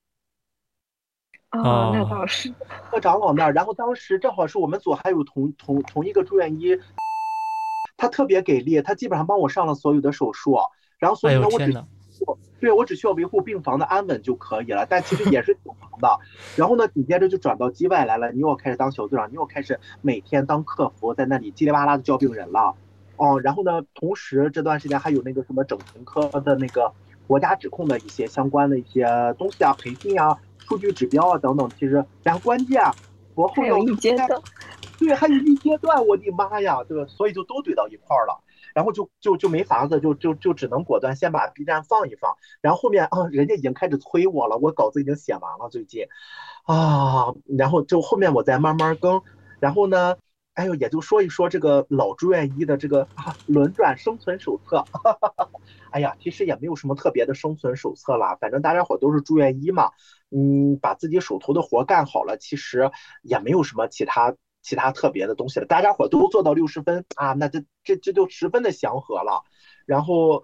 那倒是。 和长老那儿，然后当时正好是我们组还有同一个住院医，他特别给力，他基本上帮我上了所有的手术，然后所以呢，我只需要维护病房的安稳就可以了，但其实也是挺忙的。然后呢，紧接着就转到机外来了，你又开始当小组长，你又开始每天当客服，在那里叽里哇啦的叫病人了。然后呢，同时这段时间还有那个什么整形科的那个国家指控的一些相关的一些东西培训数据指标等等，其实然后关键博后有一阶段， 对，还有一阶段，我的妈呀，对吧？所以就都怼到一块儿了。然后就没法子，就只能果断先把 B 站放一放，然后后面人家已经开始催我了，我稿子已经写完了最近，然后就后面我再慢慢更，然后呢，也就说一说这个老住院医的这个轮转生存手册，其实也没有什么特别的生存手册啦，反正大家伙都是住院医嘛，把自己手头的活干好了，其实也没有什么其他特别的东西了，大家伙都做到60分那这就10分的祥和了。然后，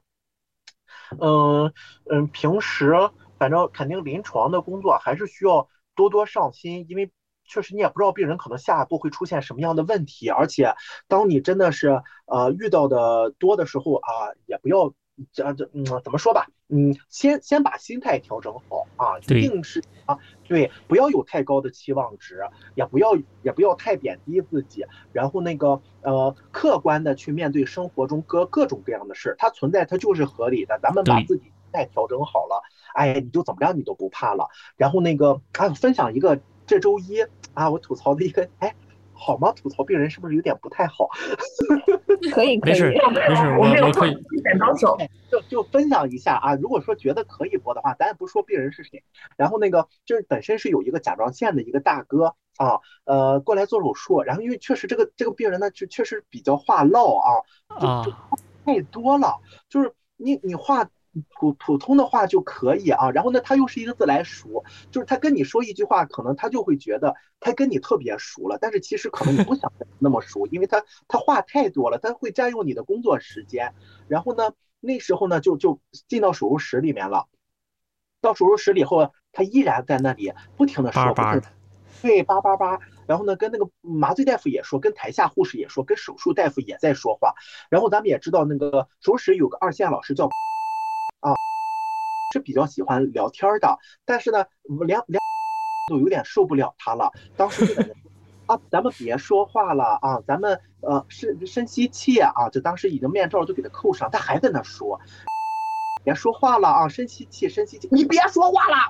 平时反正肯定临床的工作还是需要多多上心，因为确实你也不知道病人可能下一步会出现什么样的问题，而且当你真的是遇到的多的时候也不要怎么说吧，先把心态调整好一定是对，不要有太高的期望值，也不要太贬低自己，然后那个客观的去面对生活中各种各样的事，它存在它就是合理的，咱们把自己心态调整好了，你就怎么样你都不怕了。然后那个分享一个这周一我吐槽的一个好吗？吐槽病人是不是有点不太好？ 可以， 没事，我可以点到手。 就分享一下如果说觉得可以播的话，咱也不说病人是谁。然后那个就是本身是有一个甲状腺的一个大哥过来做手术，然后因为确实这个病人呢就确实比较话唠就太多了，就是你话普通的话就可以然后呢他又是一个自来熟，就是他跟你说一句话，可能他就会觉得他跟你特别熟了，但是其实可能你不想那么熟，因为他话太多了，他会占用你的工作时间。然后呢那时候呢就进到手术室里面了，到手术室里后他依然在那里不停的说， 对888，然后呢跟那个麻醉大夫也说，跟台下护士也说，跟手术大夫也在说话。然后咱们也知道那个手术室有个2线老师叫是比较喜欢聊天的，但是呢连都有点受不了他了，当时就在那啊，咱们别说话了啊，咱们深吸气啊，就当时已经面罩就给他扣上，他还在那说，别说话了啊，深吸气，深吸气，你别说话了。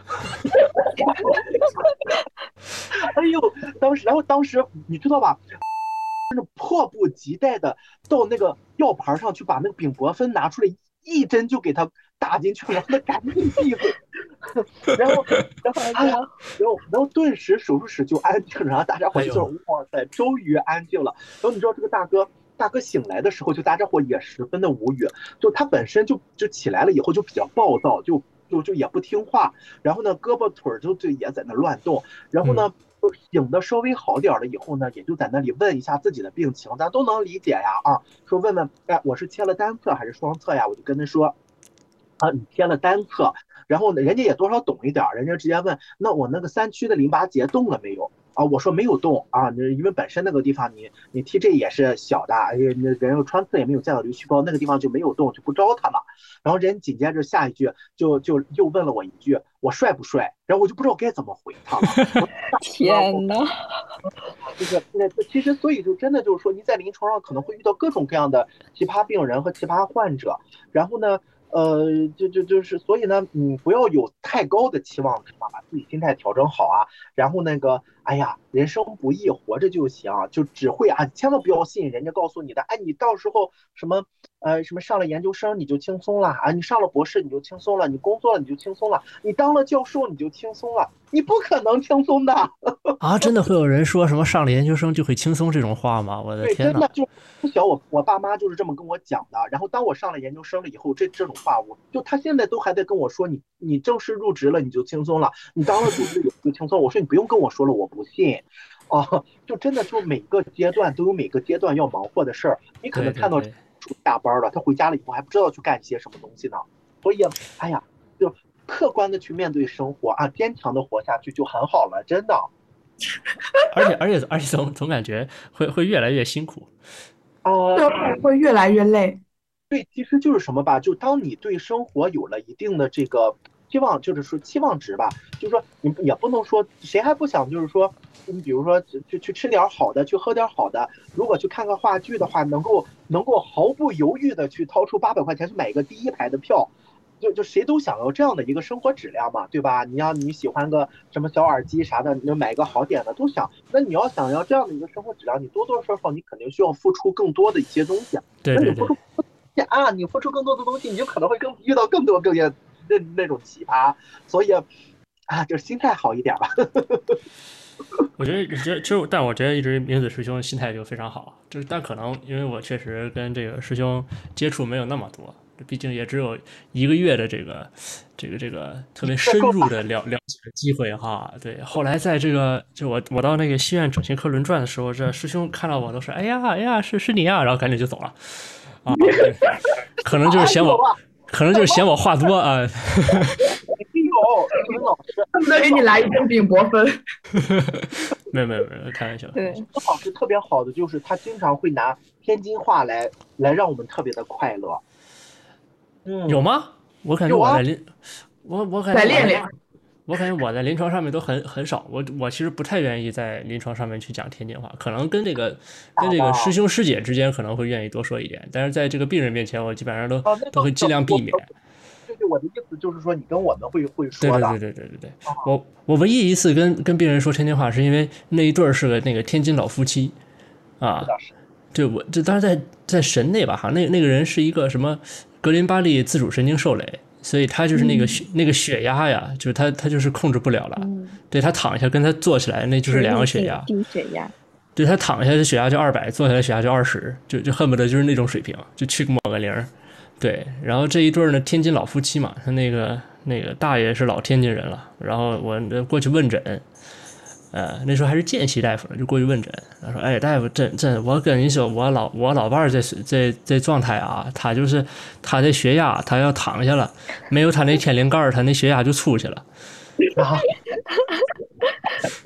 哎呦，当时你知道吧？是迫不及待的到那个药盘上去把那个丙泊酚拿出来，一针就给他打进去，然后他赶紧闭嘴。然后顿时手术室就安静了，然后大家伙就说哇塞，终于安静了。然后你知道这个大哥醒来的时候，就大家伙也十分的无语，就他本身就起来了以后就比较暴躁，就也不听话，然后呢胳膊腿就也在那乱动，然后呢醒的稍微好点了以后呢，也就在那里问一下自己的病情，咱都能理解呀啊，说问问哎我是切了单侧还是双侧呀，我就跟他说啊你切了单侧。然后呢，人家也多少懂一点，人家直接问，那我那个3区的淋巴结动了没有啊？我说没有动啊，因为本身那个地方你 TG 也是小的，人家穿刺也没有见到瘤细胞，那个地方就没有动，就不招他了。然后人紧接着下一句就又问了我一句，我帅不帅？然后我就不知道该怎么回他了。 天哪！ 就是其实所以就真的就是说，你在临床上可能会遇到各种各样的奇葩病人和奇葩患者，然后呢。就是所以呢，你不要有太高的期望值，把自己心态调整好啊。然后那个，哎呀，人生不易，活着就行，就只会啊，千万不要信人家告诉你的，哎，你到时候什么上了研究生你就轻松了啊，你上了博士你就轻松了，你工作了你就轻松了，你当了教授你就轻松了，你不可能轻松的啊！真的会有人说什么上了研究生就会轻松这种话吗？我的天哪！ 真的就从小我爸妈就是这么跟我讲的。然后当我上了研究生了以后，这种话他现在都还在跟我说，你正式入职了你就轻松了，你当了主治就轻松。我说你不用跟我说了，我不信。就真的就每个阶段都有每个阶段要忙活的事儿。你可能看到下班了，他回家了以后还不知道去干些什么东西呢。所以，哎呀，就客观的去面对生活啊，坚强的活下去就很好了，真的。 而且总感觉会越来越辛苦。 对，会越来越累。 对，其实就是什么吧，就当你对生活有了一定的这个期望，就是说期望值吧，就是说你也不能说谁还不想，就是说你比如说去吃点好的，去喝点好的，如果去看个话剧的话，能够毫不犹豫的去掏出800块钱去买一个第1排的票。就谁都想要这样的一个生活质量嘛，对吧？你喜欢个什么小耳机啥的，你就买个好点的都想。那你要想要这样的一个生活质量，你多多少少你肯定需要付出更多的一些东西。 对。 那你付出你付出更多的东西，你就可能会遇到更多那种奇葩。所以就是心态好一点吧。 我觉得但我觉得一直明子师兄心态就非常好，但可能因为我确实跟这个师兄接触没有那么多。毕竟也只有1个月的这个特别深入的了解的机会哈。对，后来在这个就我到那个西苑整形科轮转的时候，这师兄看到我都说哎呀是你啊，然后赶紧就走了啊。可能就是嫌我话多啊。 老师恨不得给你来一针丙泊酚。 没有，开玩笑。 对， 老师特别好的就是他经常会拿天津话来让我们特别的快乐。 有吗？我感觉我在我感觉再练练。 我感觉我在临床上面都很少，我其实不太愿意在临床上面去讲天津话，可能跟这个师兄师姐之间可能会愿意多说一点，但是在这个病人面前，我基本上都会尽量避免。 对，我的意思就是说，你跟我们会说的。 对。我唯一一次跟病人说天津话，是因为那一对是个那个天津老夫妻啊。对，这当时在神内吧，哈，那个人是一个什么格林巴利自主神经受累，所以他就是那个血压呀，就是他就是控制不了了。对，他躺下跟他坐起来，那就是2个血压。 低血压。 对，他躺下的血压就200，坐下来血压就20，就恨不得就是那种水平，就去抹个0。对，然后这一对呢，天津老夫妻嘛，他那个大爷是老天津人了，然后我过去问诊。那时候还是见习大夫呢，就过去问诊。他说：“哎，大夫，我跟你说，我老伴儿这状态啊，他就是他的血压，他要躺下了，没有他那天灵盖，他那血压就出去了。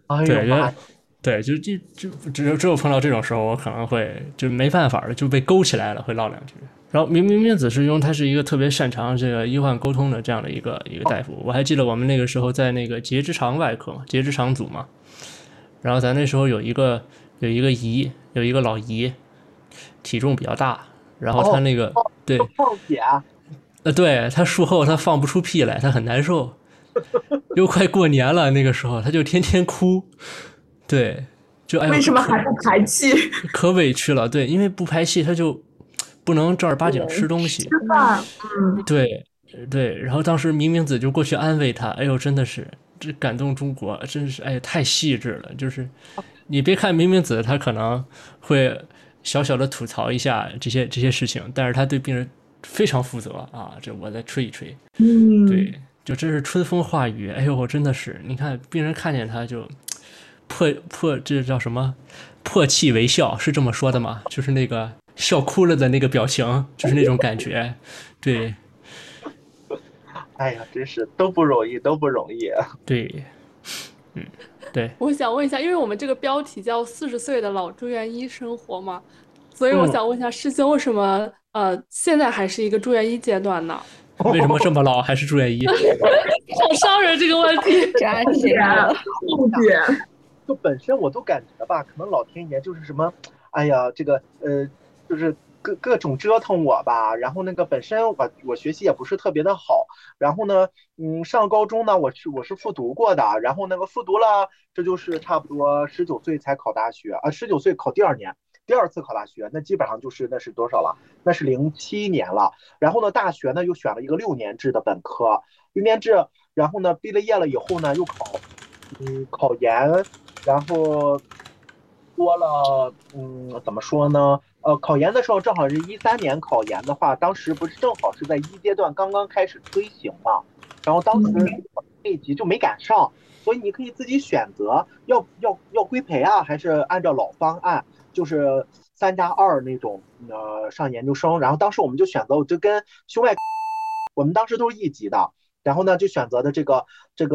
对，对，只有碰到这种时候，我可能会就没办法了，就被勾起来了，会唠两句。然后明明子师兄他是一个特别擅长这个医患沟通的这样的一个大夫，我还记得我们那个时候在那个结直肠外科嘛，结直肠组嘛，然后咱那时候有一个老姨，体重比较大，然后他那个对放血， 对他术后他放不出屁来，他很难受，又快过年了，那个时候他就天天哭，对，就哎呦为什么还不排气？ 可委屈了，对，因为不排气他就不能正儿八经吃东西， 吃饭， 对，然后当时明明子就过去安慰他，哎呦真的是这感动中国，真是哎太细致了，就是你别看明明子他可能会小小的吐槽一下这些事情，但是他对病人非常负责啊，这我再吹一吹，对，就真是春风化雨，哎呦真的是，你看病人看见他就这叫什么破气为笑，是这么说的吗？就是那个笑哭了的那个表情，就是那种感觉，对。 哎呀，真是都不容易，都不容易。 对，对。 我想问一下，因为我们这个标题叫40岁的老住院医生活嘛，所以我想问一下师兄，为什么现在还是一个住院医阶段呢？ 为什么这么老还是住院医？ 好伤人这个问题， 扎心了。 就本身我都感觉吧，可能老天爷就是什么，哎呀，这个就是各种折腾我吧。然后那个本身我学习也不是特别的好，然后呢，上高中呢，我是复读过的，然后那个复读了，这就是差不多19岁才考大学啊，19岁考第2年。第2次考大学，那基本上就是那是多少了？那是07年了。然后呢，大学呢又选了一个6年制的本科，6年制。然后呢，毕了业了以后呢，又考研，然后多了，怎么说呢？考研的时候正好是13年考研的话，当时不是正好是在1阶段刚刚开始推行嘛，然后当时那一级就没赶上，所以你可以自己选择要规培啊，还是按照老方案，就是3+2那种上研究生。然后当时我们就选择，我就跟胸外，我们当时都是1级的。然后呢，就选择的这个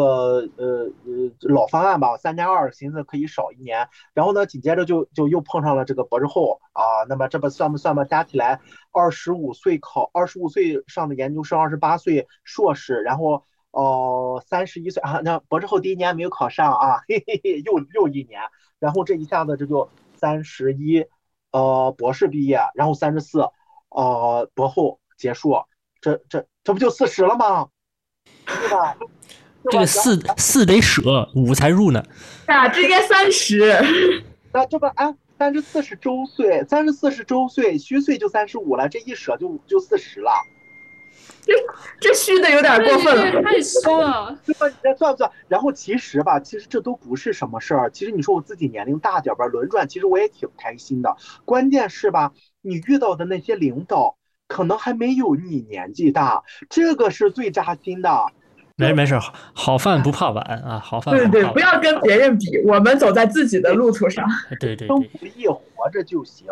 老方案吧，3+2，寻思可以少1年。然后呢，紧接着就又碰上了这个博士后啊，那么这不算不算吧？加起来25岁上的研究生，28岁硕士，然后31岁啊，那博士后第1年没有考上啊，嘿嘿嘿，又1年。然后这一下子这就31，博士毕业，然后34，博后结束，这不就40了吗？对吧？ 这个四得舍，5才入呢。 啊，这应该30。 那这不34是周岁，34是周岁，虚岁就35了，这一舍就40了。 这虚的有点过分了， 太虚了。 对吧？你再算不算？然后其实这都不是什么事儿。其实你说我自己年龄大点吧，轮转，其实我也挺开心的。关键是吧，你遇到的那些领导可能还没有你年纪大，这个是最扎心的。 没事，好饭不怕晚啊，好饭不怕晚。 对，不要跟别人比，我们走在自己的路途上。 对， 生不易，活着就行。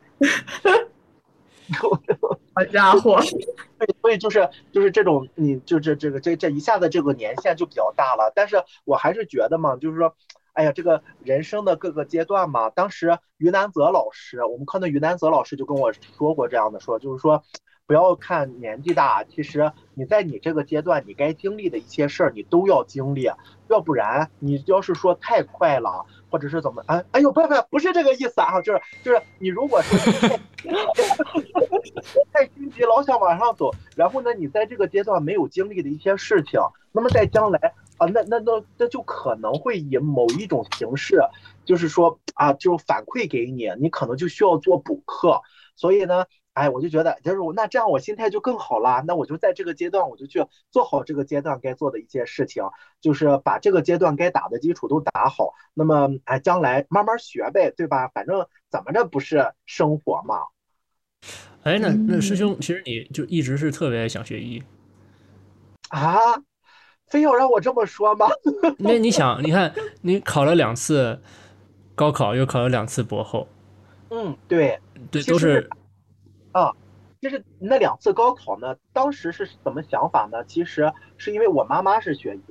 好家伙！ 所以就是这种，你就是这一下子这个年限就比较大了。但是我还是觉得嘛，就是说，哎呀，这个人生的各个阶段嘛，当时于南泽老师，我们课的于南泽老师就跟我说过这样的就是说，不要看年纪大，其实你在你这个阶段，你该经历的一些事儿，你都要经历，要不然你要是说太快了，或者是怎么，哎呦，不是这个意思啊，就是你如果是太心急，老想往上走，然后呢，你在这个阶段没有经历的一些事情，那么在将来啊，那就可能会以某一种形式，就是说啊，就反馈给你，你可能就需要做补课，所以呢。哎，我就觉得，就是那这样我心态就更好了。那我就在这个阶段，我就去做好这个阶段该做的一些事情，就是把这个阶段该打的基础都打好。那么，哎，将来慢慢学呗，对吧？反正怎么着不是生活嘛。 哎，那师兄，其实你就一直是特别想学医啊？非要让我这么说吗？ 因为你想，你看你考了2次高考，又考了2次博后。 对， 都是。 就是那2次高考呢，当时是怎么想法呢？其实是因为我妈妈是学医的，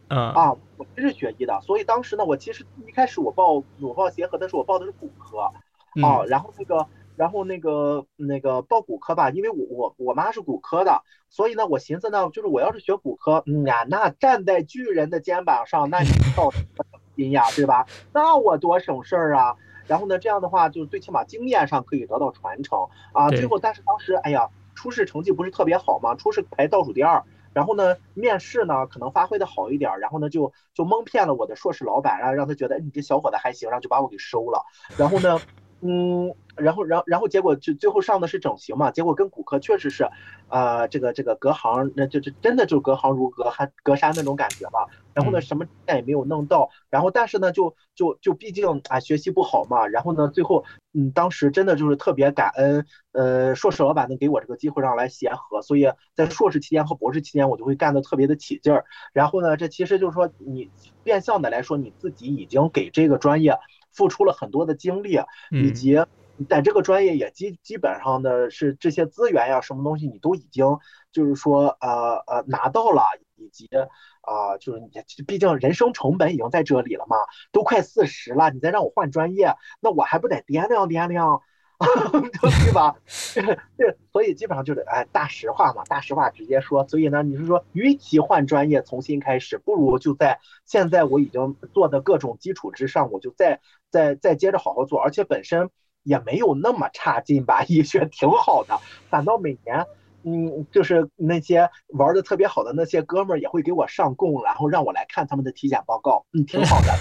我是学医的，所以当时呢，我其实一开始我报协和的时候，我报的是骨科，然后那个报骨科吧，因为我妈是骨科的，所以呢，我寻思呢，就是我要是学骨科，那站在巨人的肩膀上，那你到什么省心呀，对吧？那我多省事儿啊。然后呢，这样的话，就最起码经验上可以得到传承啊。最后，但是当时，哎呀，初试成绩不是特别好嘛，初试排倒数第2。然后呢，面试呢可能发挥的好一点，然后呢就蒙骗了我的硕士老板，让他觉得你这小伙子还行，然后就把我给收了。然后呢，然后结果就最后上的是整形嘛，结果跟骨科确实是，这个隔行，那这真的就隔行如隔山那种感觉吧。然后呢，什么也没有弄到，然后但是呢，就毕竟学习不好嘛，然后呢，最后当时真的就是特别感恩，硕士老板能给我这个机会让来协和，所以在硕士期间和博士期间，我就会干得特别的起劲儿。然后呢，这其实就是说你变相的来说，你自己已经给这个专业付出了很多的精力，以及在这个专业也基本上的是这些资源呀，什么东西你都已经就是说拿到了，以及就是你毕竟人生成本已经在这里了嘛，都快40了，你再让我换专业，那我还不得掂量掂量，对吧？对，所以基本上就是大实话嘛，大实话直接说。所以呢，你是说，与其换专业重新开始，不如就在现在我已经做的各种基础之上，我就再接着好好做，而且本身也没有那么差劲吧，医学挺好的，反倒每年。就是那些玩的特别好的那些哥们儿也会给我上供，然后让我来看他们的体检报告，挺好的。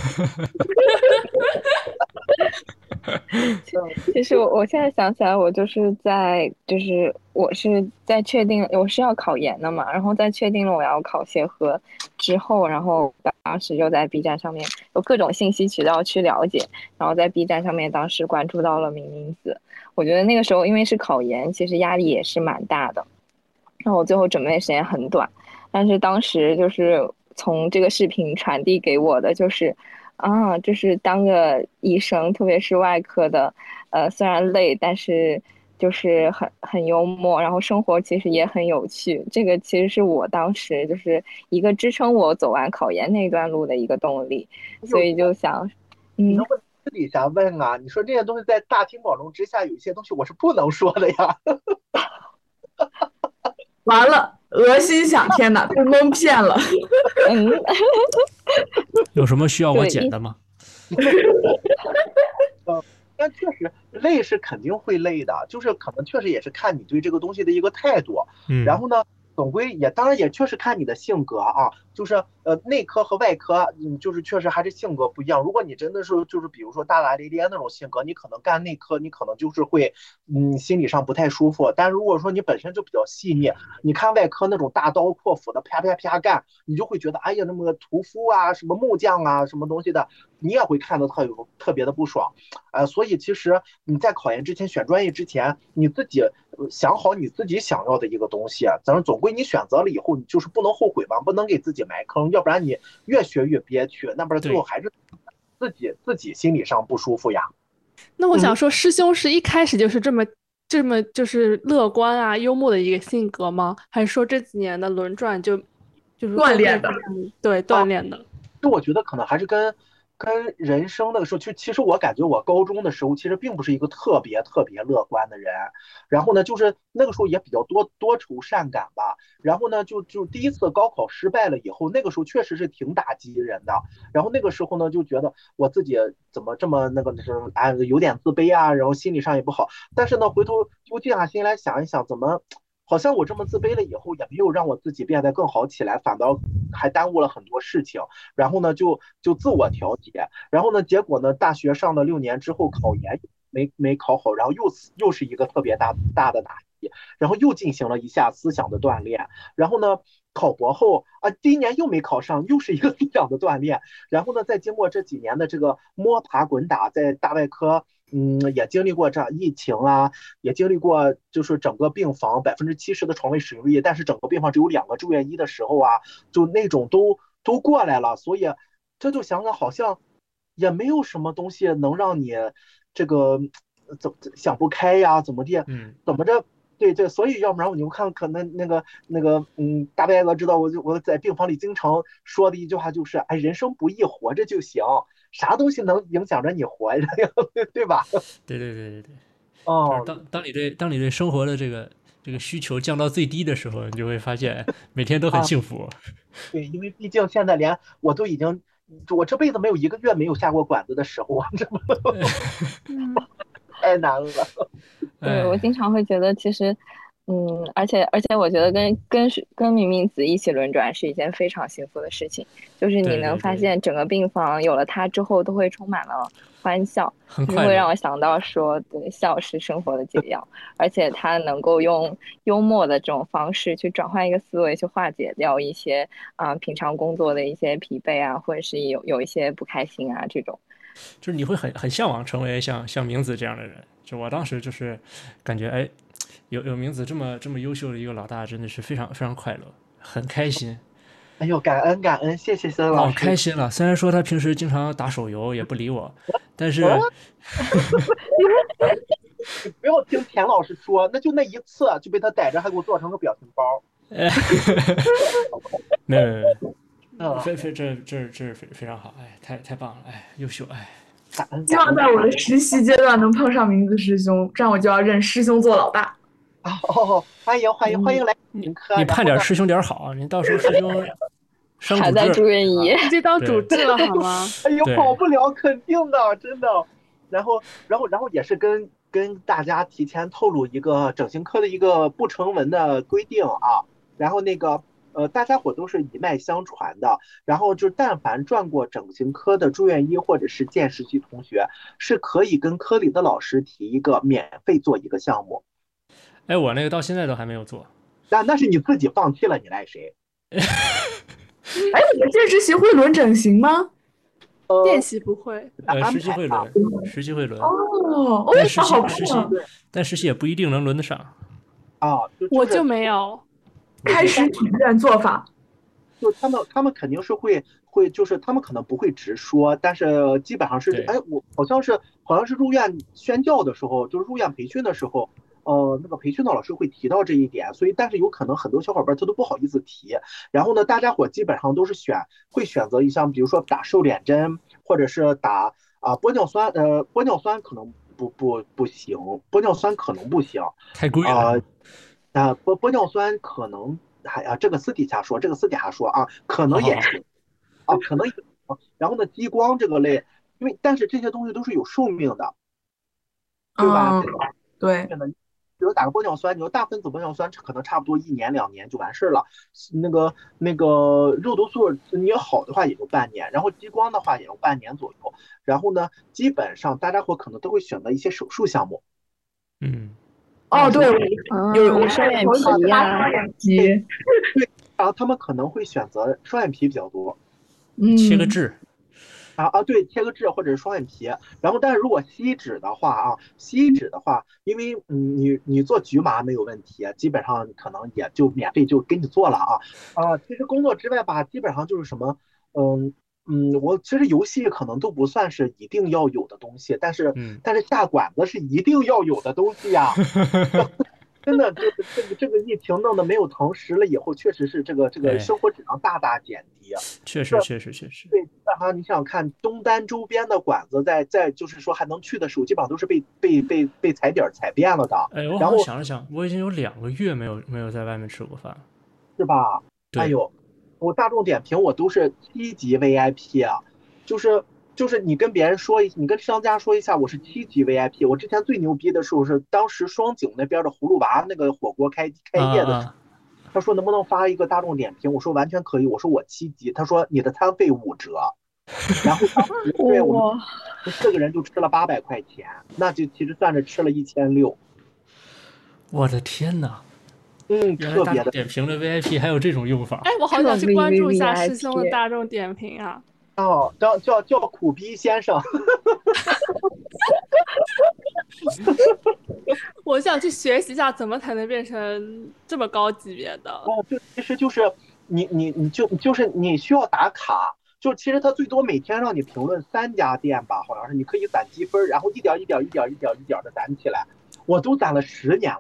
其实我现在想起来，我是在确定我是要考研的嘛，然后在确定了我要考协和之后，然后当时就在 B 站上面有各种信息渠道去了解，然后在 B 站上面当时关注到了明明子。我觉得那个时候因为是考研，其实压力也是蛮大的，然后我最后准备的时间很短，但是当时就是从这个视频传递给我的就是就是当个医生，特别是外科的，虽然累，但是就是很幽默，然后生活其实也很有趣。这个其实是我当时就是一个支撑我走完考研那段路的一个动力，所以就想， 私底下问啊，你说这些东西在大庭广众之下，有一些东西我是不能说的呀。 完了，俄心想，天哪，被蒙骗了。 有什么需要我剪的吗？ 但确实累是肯定会累的，就是可能确实也是看你对这个东西的一个态度。然后呢，总归当然也确实看你的性格啊，就是内科和外科，就是确实还是性格不一样。如果你真的是就是比如说大大咧咧那种性格，你可能干内科，你可能就是会心理上不太舒服。但如果说你本身就比较细腻，你看外科那种大刀阔斧的啪啪啪干，你就会觉得哎呀那么屠夫啊，什么木匠啊，什么东西的，你也会看得特别的不爽。所以其实你在考研之前选专业之前，你自己想好你自己想要的一个东西，咱们总归你选择了以后，你就是不能后悔嘛，不能给自己埋坑，要不然你越学越憋屈，那不是最后还是自己心理上不舒服呀。 那我想说，师兄是一开始就是这么就是乐观啊、幽默的一个性格吗？还是说这几年的轮转就是锻炼的？ 对，锻炼的。 就我觉得可能还是跟人生那个时候，其实我感觉我高中的时候其实并不是一个特别乐观的人，然后呢，就是那个时候也比较多愁善感吧，然后呢，就第一次高考失败了以后，那个时候确实是挺打击人的，然后那个时候呢，就觉得我自己怎么这么那个有点自卑啊，然后心理上也不好，但是呢，回头又静下心来想一想，怎么好像我这么自卑了以后，也没有让我自己变得更好起来，反倒还耽误了很多事情。然后呢，就自我调节。然后呢，结果呢，大学上了6年之后，考研没考好，然后又是一个特别大的打击。然后又进行了一下思想的锻炼。然后呢，考博后第一年又没考上，又是一个思想的锻炼。然后呢，再经过这几年的这个摸爬滚打，在大外科。也经历过这疫情啊，也经历过就是整个病房70%的床位使用率，但是整个病房只有2个住院医的时候啊，就那种都过来了，所以这就想想好像也没有什么东西能让你这个怎么想不开呀，怎么地，怎么着对对，所以要不然我就看可能大白鹅知道我在病房里经常说的一句话就是，哎，人生不易，活着就行，啥东西能影响着你活着，对吧？ 对对对对对，就是哦， 当你对生活的这个需求降到最低的时候，你就会发现每天都很幸福。 对，因为毕竟现在连我都已经，我这辈子没有一个月没有下过馆子的时候，这嗯， 太难了。 对，我哎， 经常会觉得，其实，而且，我觉得跟明明子一起轮转是一件非常幸福的事情。就是你能发对对对， 现整个病房有了他之后，都会充满了欢笑，就是会很快乐。 让我想到说，对，笑是生活的解药，而且他能够用幽默的这种方式去转换一个思维，去化解掉一些平常工作的一些疲惫啊，或者是有一些不开心啊这种。 就是你会很向往成为像明子这样的人。就我当时就是感觉，哎，有明子这么优秀的一个老大，真的是非常非常快乐，很开心， 哎呦，感恩感恩，谢谢森老老师。 开心了。虽然说他平时经常打手游，也不理我，但啊， 是， 你不要听田老师说，那就那一次就被他逮着，还给我做成个表情包。 没有没有没有， 嗯， 这非常好，哎，太棒了，哎，优秀，哎， 感恩希感恩望在我的实习阶段能碰上明子师兄，这样我就要认师兄做老大。 啊！哦，欢迎欢迎欢迎来你听课。 你然后呢， 盼点师兄点好，你到时候师兄升还在主治了， 住院医， 是吧？ 你这当主对治了好吗？ 哎呦，跑对， 不了，肯定的，真的。然后也是跟大家提前透露一个整形科的一个不成文的规定啊。然后大家伙都是一脉相传的。然后就但凡转过整形科的住院医或者是见实习同学，是可以跟科里的老师提一个免费做一个项目。 哎，我那个到现在都还没有做， 那是你自己放弃了，你赖谁？ 哎，你们见实习会轮整形吗？ 见习不会， 安实习排吧。 会轮，实习会轮， 哦，我也但实好棒啊！ 习实习，但实习也不一定能轮得上。 啊， 我就没有。 开始体验做法。 就他们肯定是就是他们可能不会直说，但是基本上是， 对， 哎，我好像是入院宣教的时候，就是入院培训的时候，那个培训的老师会提到这一点，所以但是有可能很多小伙伴他都不好意思提。然后呢，大家伙基本上都是会选择一项，比如说打瘦脸针，或者是打玻尿酸，玻尿酸可能不行，玻尿酸可能不行。 太贵了。 啊、玻尿酸可能这个私底下说，啊，可好好好， 能也行啊，可能也行。然后呢，激光这个类，但是这些东西都是有寿命的，对吧？ 嗯， 这个对。 比如打个玻尿酸，你说大分子玻尿酸，可能差不多1年2年就完事儿了。那个肉毒素，你要好的话也就半年，然后激光的话也要半年左右。然后呢，基本上大家伙可能都会选择一些手术项目嗯， 哦，对，我双眼皮同学他呀、 双眼皮， 对，然后他们可能会选择双眼皮比较多。 嗯， 切个痣， 对，贴个痣或者是双眼皮。然后，但是如果吸脂的话，因为你做局麻没有问题，基本上可能也就免费就给你做了其实工作之外吧，基本上就是什么，嗯我其实游戏可能都不算是一定要有的东西，但是嗯， 但是下馆子是一定要有的东西呀。真的就是这个疫情弄得没有堂食了以后，确实是这个哎， 生活质量大大减低。 确实确实确实。 对，基本上你想想看，东单周边的馆子在就是说还能去的时候，基本上都是被踩点踩遍了的。 哎，我好然后像想了想，我已经有2个月没有在外面吃过饭了。 是吧？哎对， 呦，我大众点评我都是7级 VIP 啊，就是就是你跟商家说一下我是7级 VIP。我之前最牛逼的时候是当时双井那边的葫芦娃那个火锅开啊业的时候， 啊， 他说能不能发一个大众点评，我说完全可以，我说我7级，他说你的餐费5折。然后当时对我们哇， 4个人就吃了800块钱，那就其实算是吃了1600。 我的天呐！原来大众特别的点评的 VIP 还有这种用法。 哎，我好想去这么关 V 注 V 一 V 下 I 师 P， 兄的大众点评啊！ 哦，叫苦逼先生。 我想去学习一下怎么才能变成这么高级别的。 其实就是就是你需要打卡，就其实他最多每天让你评论3家店吧，好像是你可以攒积分，然后一点一点的攒起来。我都攒了10年了，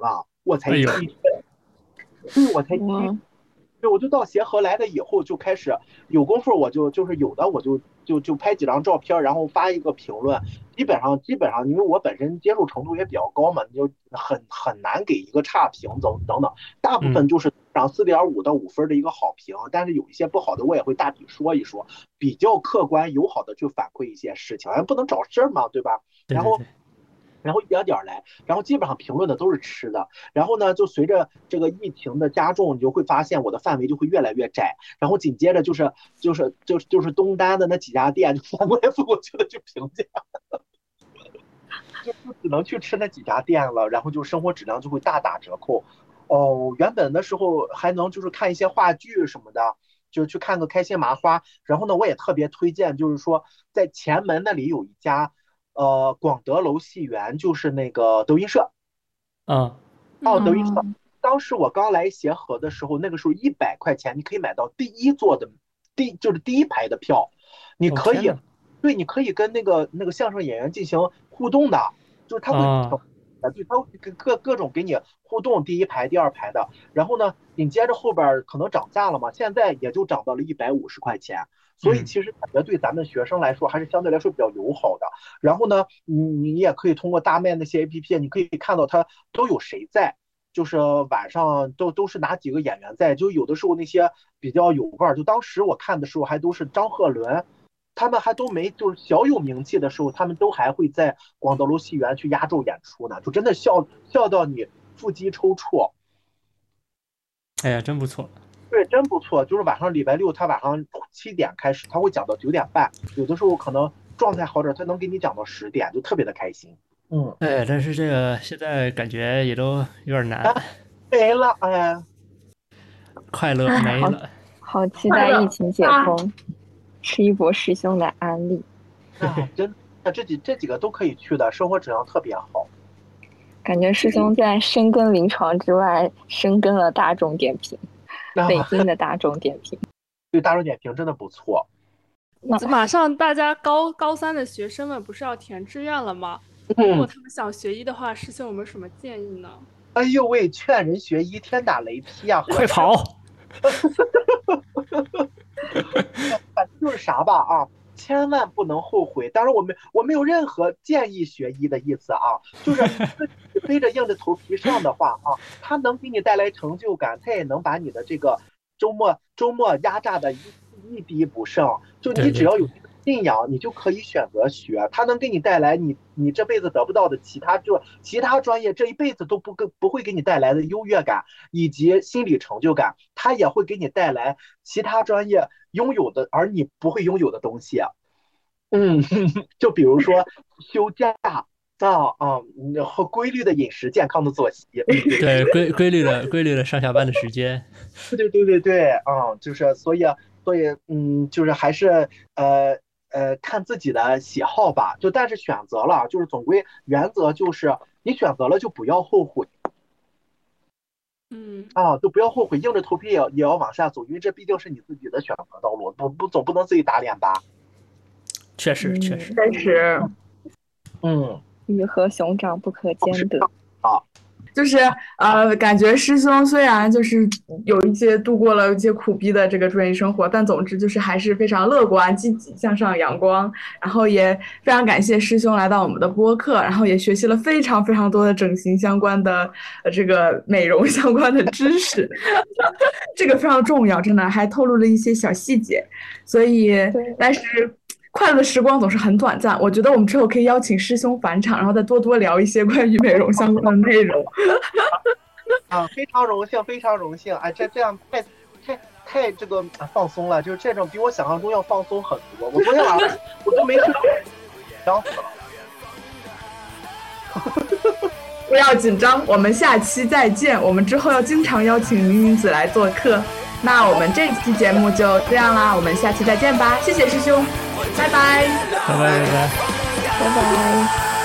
我才踢，对，我才踢。对，我就到协和来了以后就开始有功夫，我就是有的我就拍几张照片，然后发一个评论。基本上，因为我本身接受程度也比较高嘛，你就很难给一个差评等等。大部分就是上4.5到5分的一个好评，但是有一些不好的我也会大体说一说，比较客观友好的去反馈一些事情，不能找事儿嘛，对吧？然后一点点来，然后基本上评论的都是吃的，然后呢，就随着这个疫情的加重，你就会发现我的范围就会越来越窄，然后紧接着就是东单的那几家店就翻过来覆过去的去评价，就只能去吃那几家店了，然后就生活质量就会大打折扣。原本的时候还能就是看一些话剧什么的，就去看个开心麻花，然后呢，我也特别推荐，就是说在前门那里有一家。广德楼戏园就是那个德云社，德云社。当时我刚来协和的时候，那个时候100块钱你可以买到第一座的就是第一排的票，你可以，对，你可以跟那个相声演员进行互动的，就是他会，对，他会各种给你互动，第一排、第二排的。然后呢，紧接着后边可能涨价了嘛，现在也就涨到了150块钱。所以其实感觉对咱们学生来说还是相对来说比较友好的。然后呢，你也可以通过大麦那些 APP， 你可以看到它都有谁在，就是晚上都是哪几个演员在。就有的时候那些比较有味儿，就当时我看的时候还都是张鹤伦，他们还都没就是小有名气的时候，他们都还会在广德楼戏园去压轴演出呢，就真的笑到你腹肌抽搐。 哎呀，真不错。 对，真不错。就是晚上礼拜六，他晚上7点开始，他会讲到9点半。有的时候可能状态好点，他能给你讲到10点，就特别的开心。 但是这个现在感觉也都有点难。 没了， 快乐没了。 好期待疫情解封，吃一波师兄的安利。 真的，这几个都可以去的，生活质量特别好。 感觉师兄在深耕临床之外，深耕了大众点评。北京的大众点评， 对，大众点评真的不错。 马上大家高3的学生们不是要填志愿了吗？如果他们想学医的话，师兄有没有什么建议呢？ 哎呦喂，劝人学医，天打雷劈啊！ 快跑！ 反正就是啥吧啊，千万不能后悔。当然我没有任何建议学医的意思啊，就是背着硬着头皮上的话啊，它能给你带来成就感，它也能把你的这个周末压榨的一滴不剩。就你只要有信仰，你就可以选择学，它能给你带来你这辈子得不到的其他专业这一辈子都不会给你带来的优越感以及心理成就感，它也会给你带来其他专业拥有的而你不会拥有的东西。就比如说休假和规律的饮食、健康的作息， 对，规律的上下班的时间， 对，就是所以就是还是看自己的喜好吧，但是选择了，就是总归原则就是你选择了就不要后悔，就不要后悔，硬着头皮也要往下走，因为这毕竟是你自己的选择道路，总不能自己打脸吧？ 确实， 鱼和熊掌不可兼得。 就是感觉师兄虽然就是有一些度过了一些苦逼的这个住院医生活，但总之就是还是非常乐观、积极向上、阳光。然后也非常感谢师兄来到我们的播客，然后也学习了非常非常多的整形相关的这个美容相关的知识，这个非常重要，真的还透露了一些小细节。所以，但是快乐的时光总是很短暂，我觉得我们之后可以邀请师兄返场，然后再多聊一些关于美容相关的内容。 非常荣幸，哎，这样太这个放松了，就是这种比我想象中要放松很多。我昨天晚上我都没睡，想死了。 不要紧张，我们下期再见。我们之后要经常邀请明子来做客。那我们这期节目就这样啦，我们下期再见吧，谢谢师兄，拜拜。 拜拜。